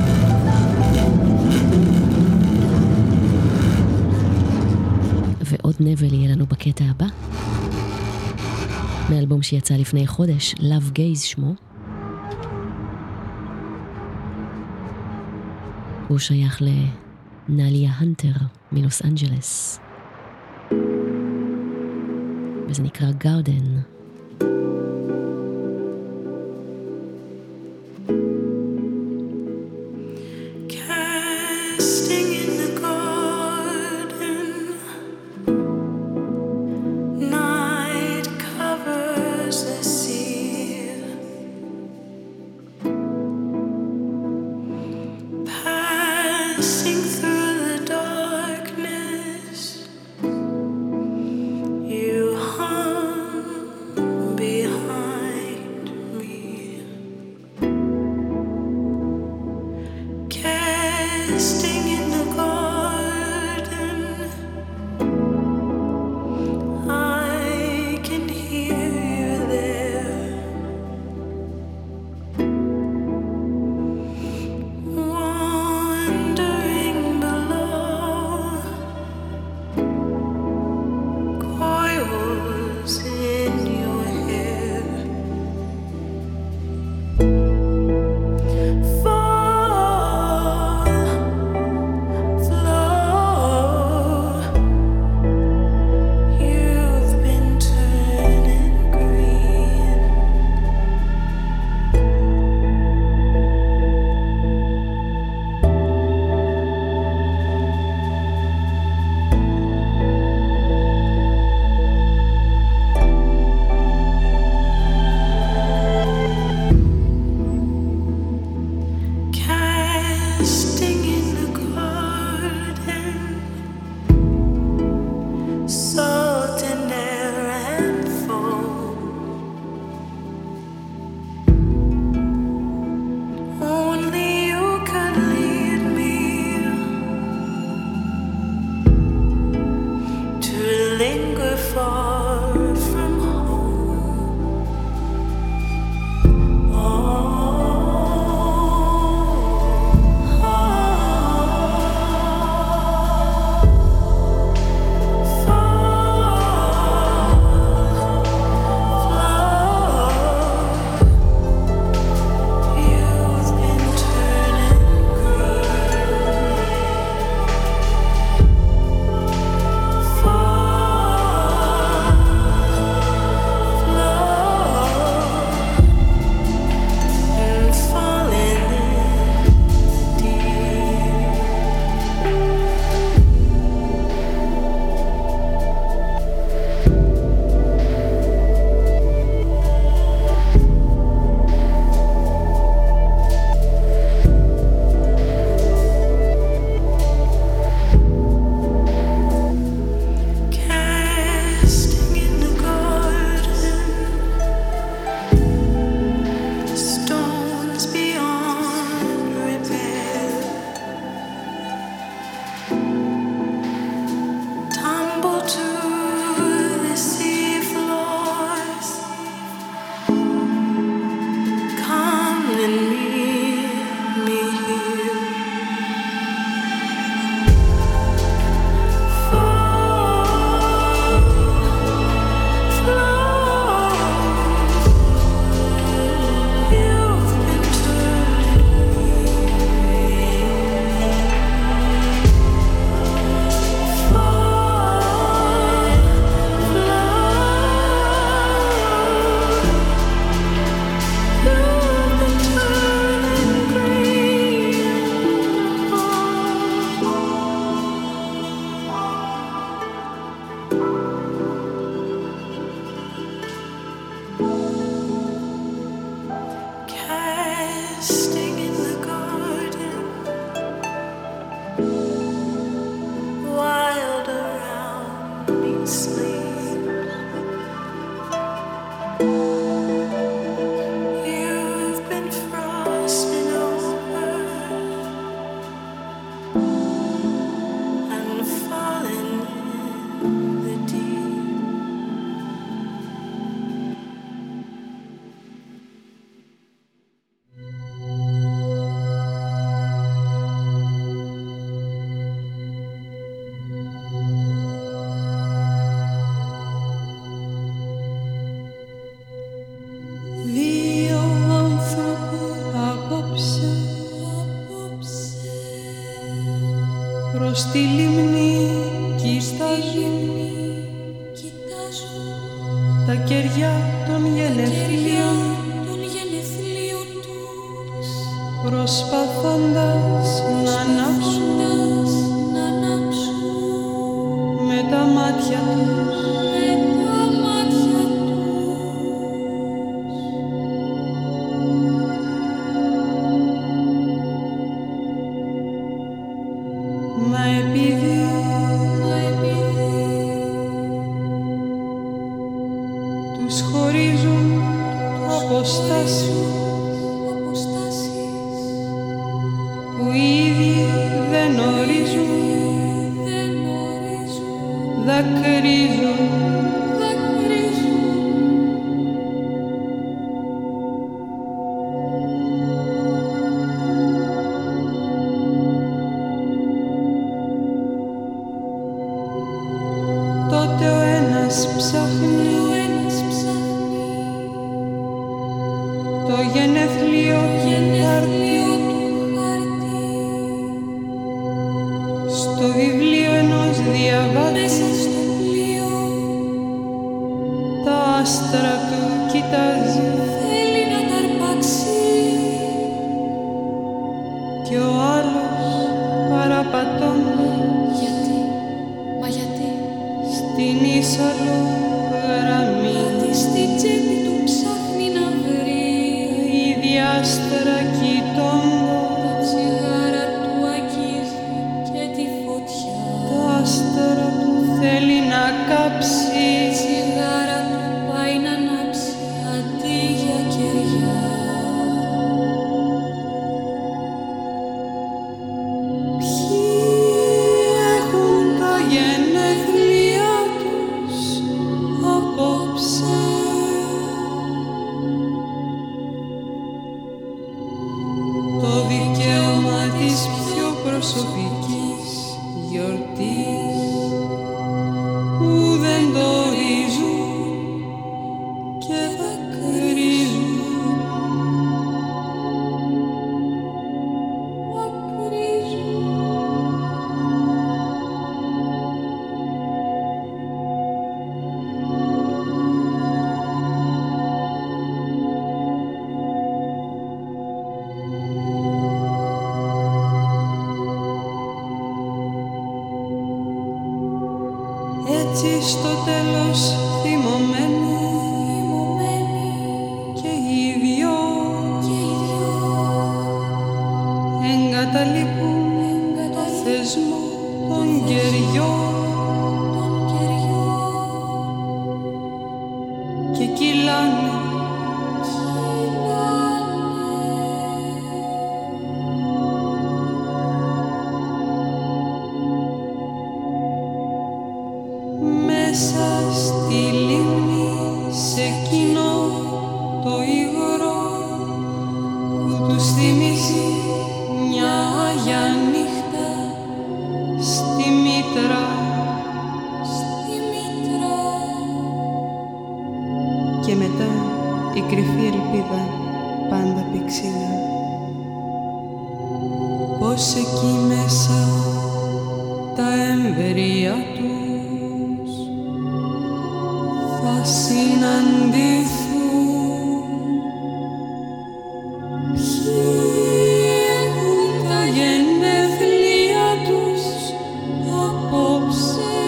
ועוד נבל יהיה לנו בקטע הבא, מאלבום שיצא לפני חודש, Love Gaze שמו. הוא שייך לנליה הנטר מלוס אנג'לס, וזה נקרא גארדן. Wandering γενεθλίων προσπαθώντας να ανάψουν με τα μάτια τους μα επειδή τους χωρίζουν αποστάσεις που ήδη δεν ορίζουν, δακρύζουν. Τότε ο ένας ψάχνει το γενέθλιο χαρτί στο βιβλίο ενός διαβάτη τα άστρα του κοιτάζει, θέλει να τα αρπάξει και ο άλλος παραπατώντας γιατί στην ίσαλο γραμμή γιατί στην τσέπη του ψάχνει να βρει τα ίδια άστρα κοιτώντας τα τσιγάρα του αγγίζει και τη φωτιά τα άστρα του θέλει να κάψει η τσιγάρα του πάει να ανάψει αντί για κεριά. Ποιοι έχουν τα γενέθλιά τους απόψε, το δικαίωμα της πιο προσωπικής γιορτής που δεν το ορίζουν και δακρύζουν. Έτσι στο τέλος θυμωμένοι και οι δυο εγκαταλείπουν το θεσμό των κεριών και κυλάνε. Μέσα στη λίμνη, σε εκείνο το υγρό που τους θυμίζει μια άγια νύχτα στη μήτρα. Και μετά η κρυφή ελπίδα πάντα πηξίδα. Πως εκεί μέσα τα εμβρία τους θα συναντηθούν. Ποιοι έχουν τα γενέθλια τους απόψε,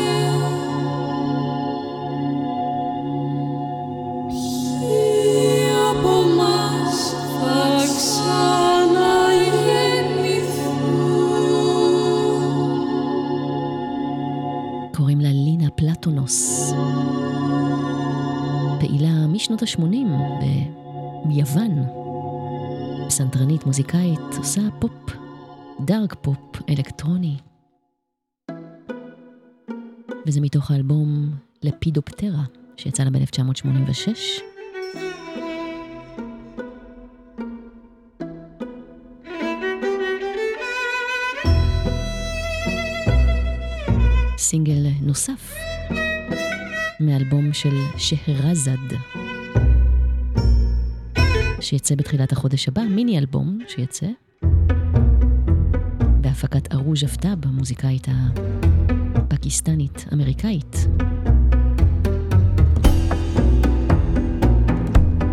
ποιοι από μας θα ξαναγεννηθούν. קוראים לה לינה פלטונוס, פעילה משנות ה-80 ביוון, פסנתרנית מוזיקאית, עושה פופ, דארק פופ, אלקטרוני. וזה מתוך האלבום לפידופטרה, שיצא לה ב-1986. סינגל נוסף מאלבום של שהרזד שיצא בתחילת החודש הבא, מיני אלבום שיצא בהפקת ארוז' אפטאב, המוזיקאית הפקיסטנית אמריקאית.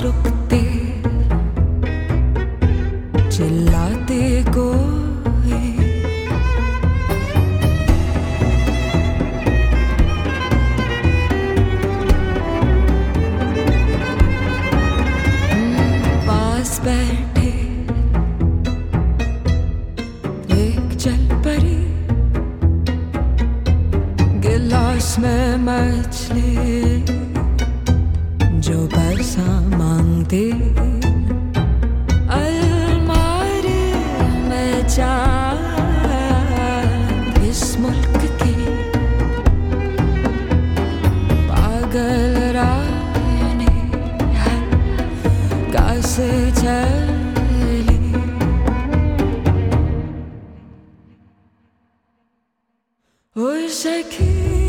रुकते चिल्लाते कोई पास बैठे एक जल परी गिलास में मछली जो बरसा मांगते अलमारी में चांद इस मुल्क की पागल रानी कैसे चली ओ सखी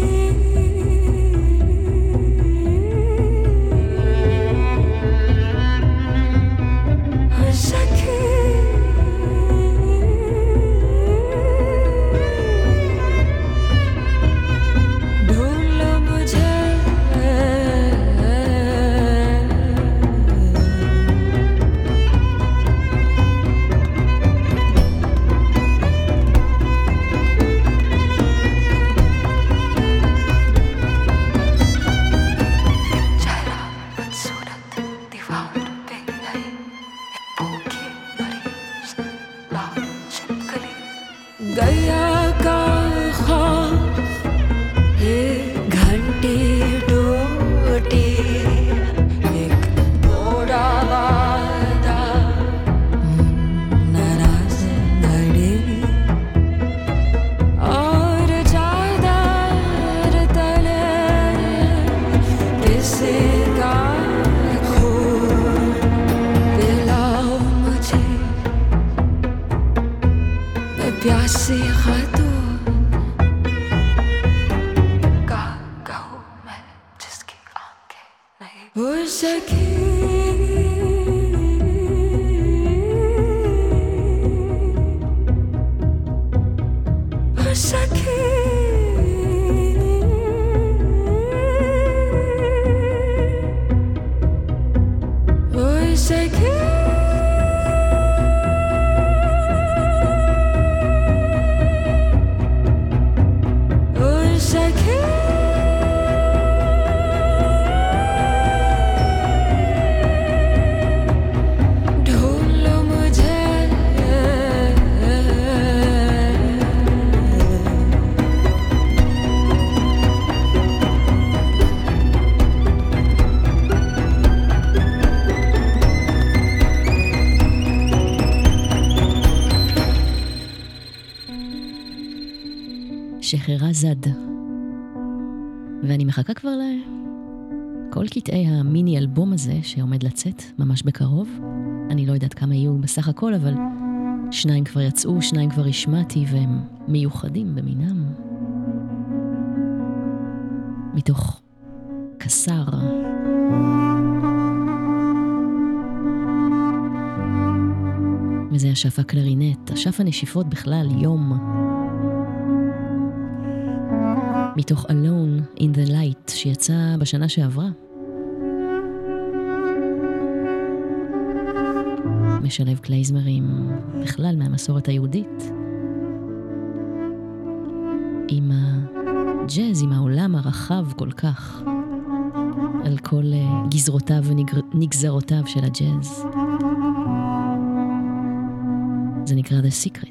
गया का ख्वाब ये घंटी टूटी एक थोड़ा वादा नाराज घड़ी और चादर तले किसी का खून पिलाओ मुझे प्यासी खातून का हूँ मैं जिसकी आंखें नहीं हो सकी हो सकी हो सकी שחררה זד. ואני מחכה כבר לכל קטעי המיני אלבום הזה שעומד לצאת ממש בקרוב. אני לא יודעת כמה יהיו בסך הכל, אבל 2 כבר יצאו, 2 כבר השמעתי, והם מיוחדים במינם. מתוך קסר. וזה אשף הקלרינט, אשף הנשיפות בכלל, יום. מתוך Alone in the Light שיצא בשנה שעברה. משלב קלייזמרים בכלל מהמסורת היהודית עם הג'אז, עם העולם הרחב כל כך על כל גזרותיו ונגזרותיו של הג'אז. זה נקרא The Secret.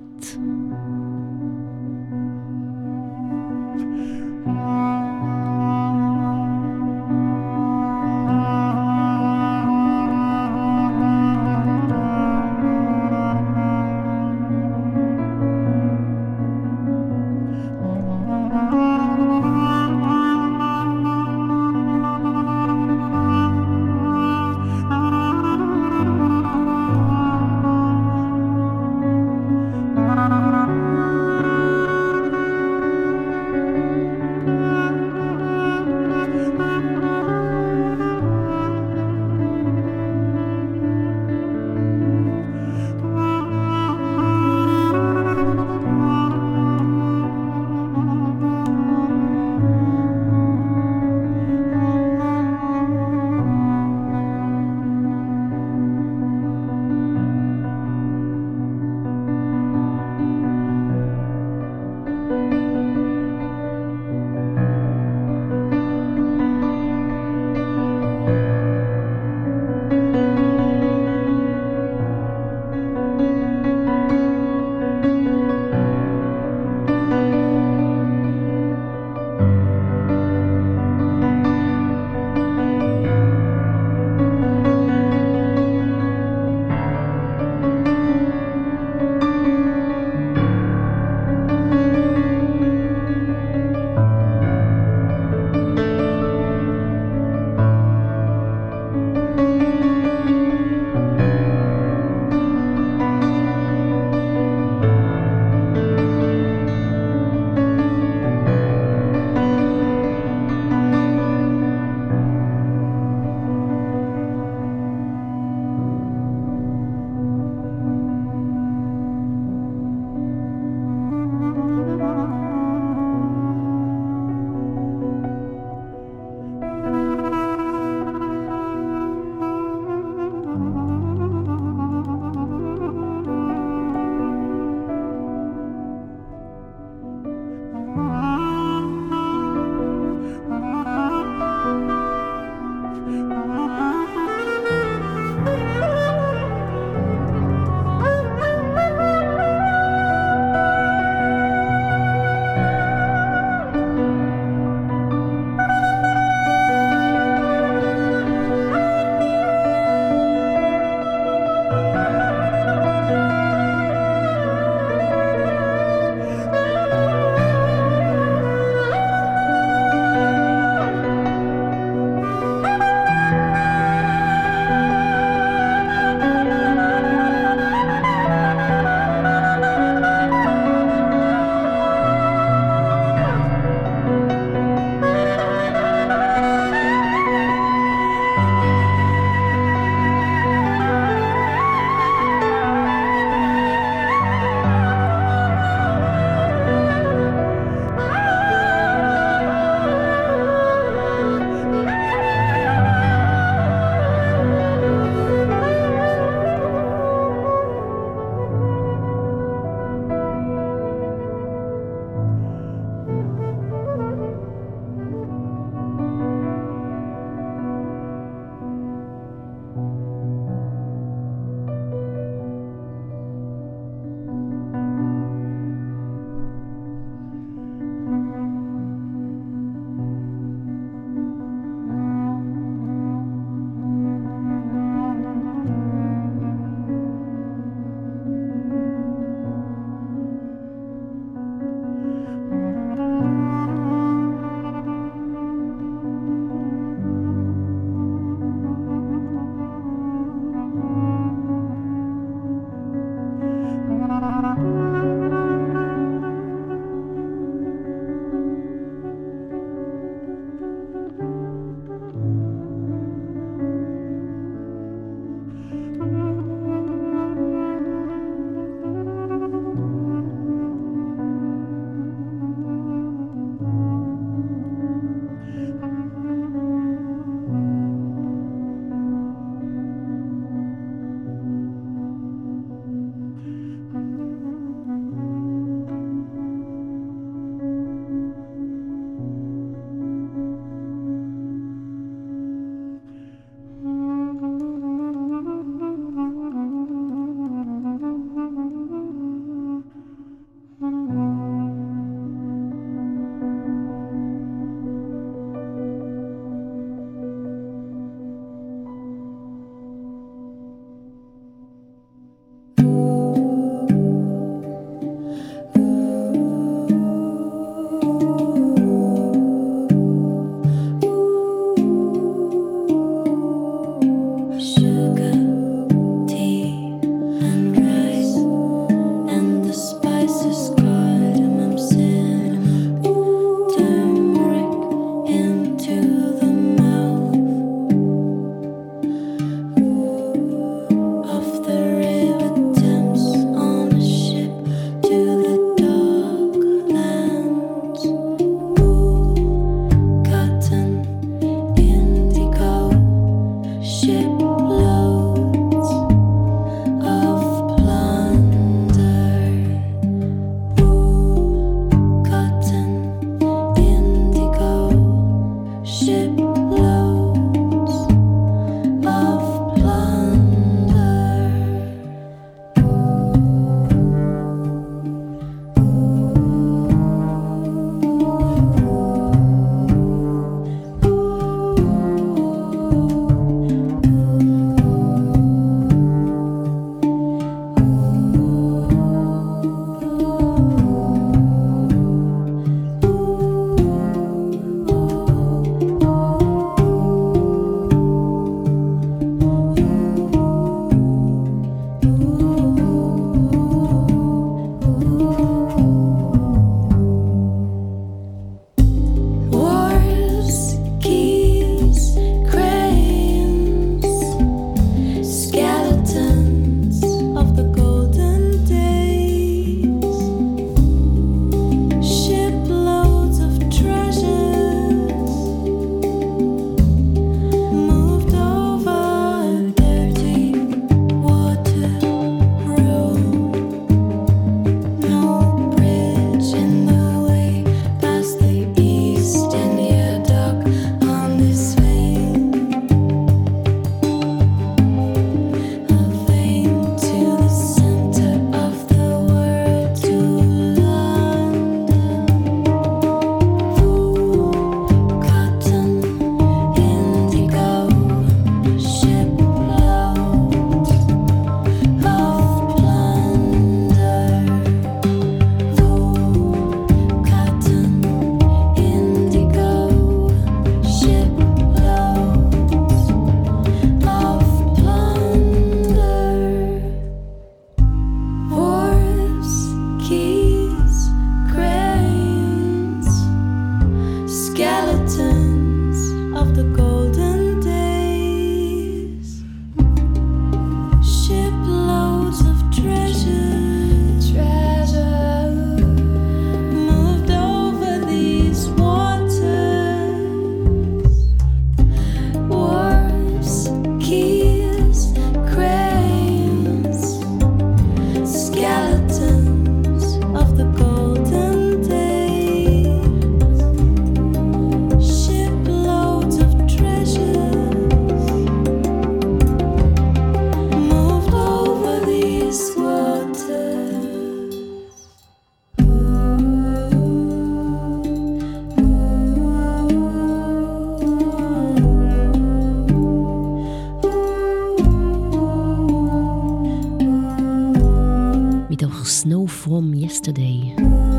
Snow from Yesterday.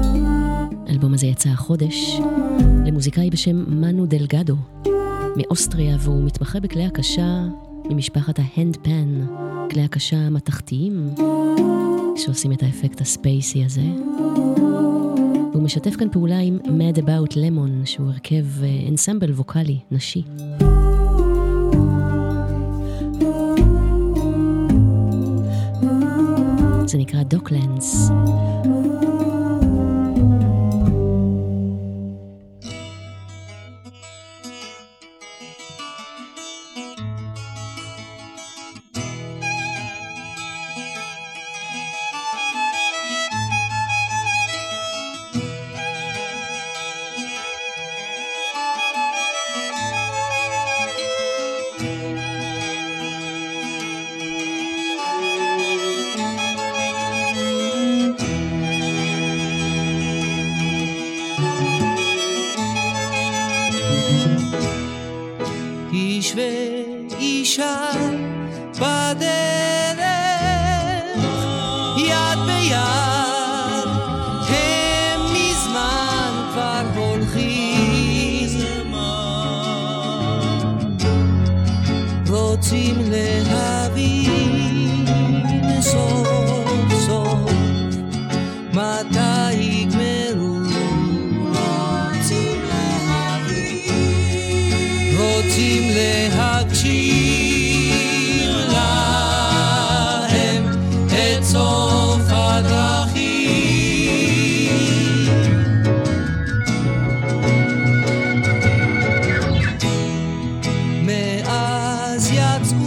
האלבום הזה יצא החודש למוזיקאי בשם מנו דלגדו מאוסטריה, והוא מתמחה בכלי הקשה ממשפחת ההנדפן, כלי הקשה מתכתיים שעושים את האפקט הספייסי הזה. והוא משתף כאן פעולה עם Mad About Lemon, שהוא הרכב אנסמבל ווקלי נשי. זה נקרא Docklands. מאז יצאו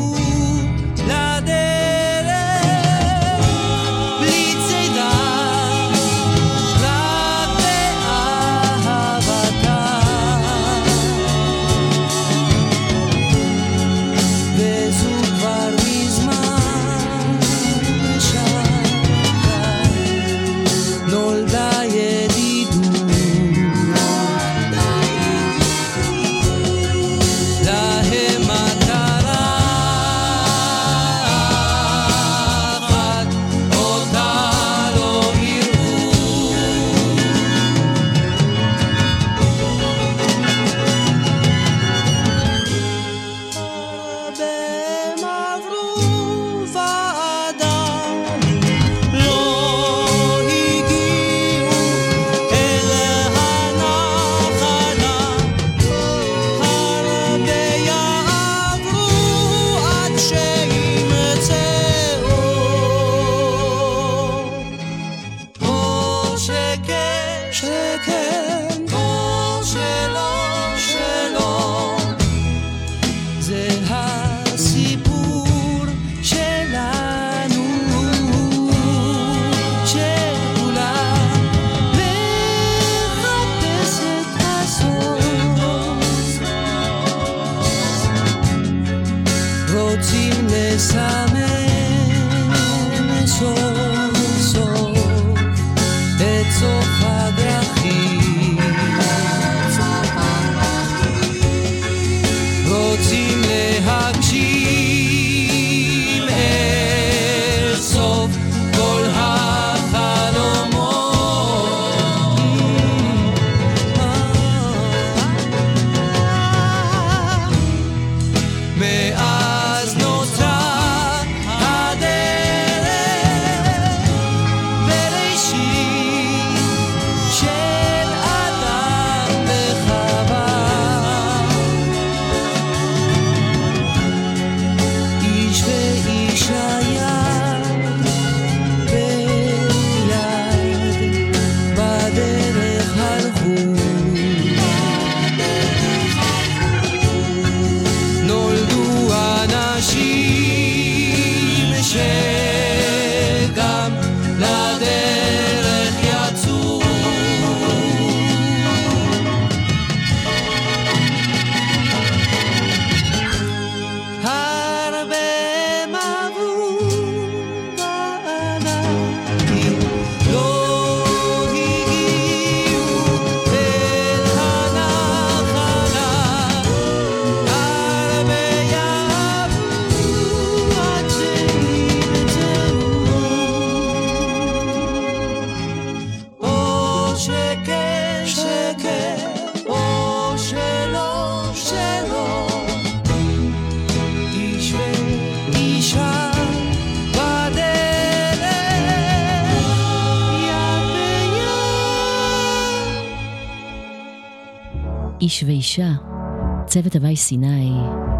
רוצים לסמן סוף סוף את סוף הדרכים, רוצים להגשים את סוף כל החלומות, מאז נותרה הדרך בראשית של אדם וחווה, איש ואישה יד ביד בדרך הלכו, נולדו אנשים שגם לדרך יצאו, הרבה הם עברו בעניים, לא הגיעו אל הנחלה, הרבה יעברו עד שימצאו, או שכן שכן או שלא שלא, איש ואישה בדרך יד ביד. איש ואישה, צוות הוואי סיני,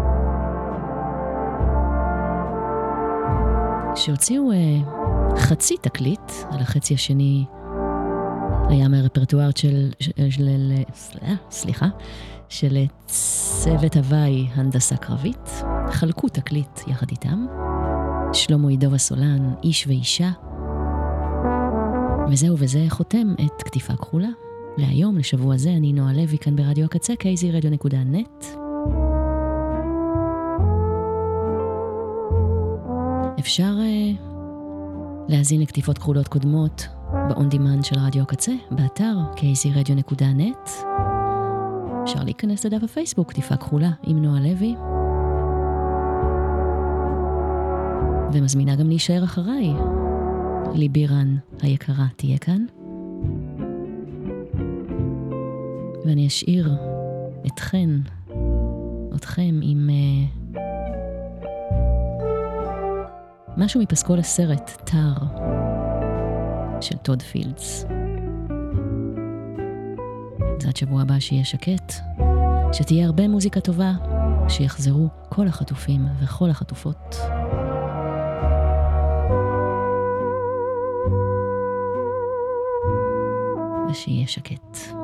שהוציאו חצי תקליט, על החצי השני היה מהרפרטואר של צוות הוואי הנדסה קרבית, חלקו תקליט יחד איתם, שלמה עידו הסולן, איש ואישה, וזהו וזה חותם את כתיפה כחולה. להיום, לשבוע זה, אני נועה לוי כאן ברדיו הקצה, kzradio.net. אפשר להזין לכתיפות כחולות קודמות ב-on demand של רדיו הקצה, באתר kzradio.net. אפשר להיכנס לדף הפייסבוק, כתיפה כחולה עם נועה לוי. ומזמינה גם להישאר אחריי. ליבירן היקרה תהיה כאן. ואני אשאיר אתכם עם משהו מפסקול הסרט טאר של טוד פילדס. זה עד שבוע הבא שיהיה שקט, שתהיה הרבה מוזיקה טובה, שיחזרו כל החטופים וכל החטופות. ושיהיה שקט.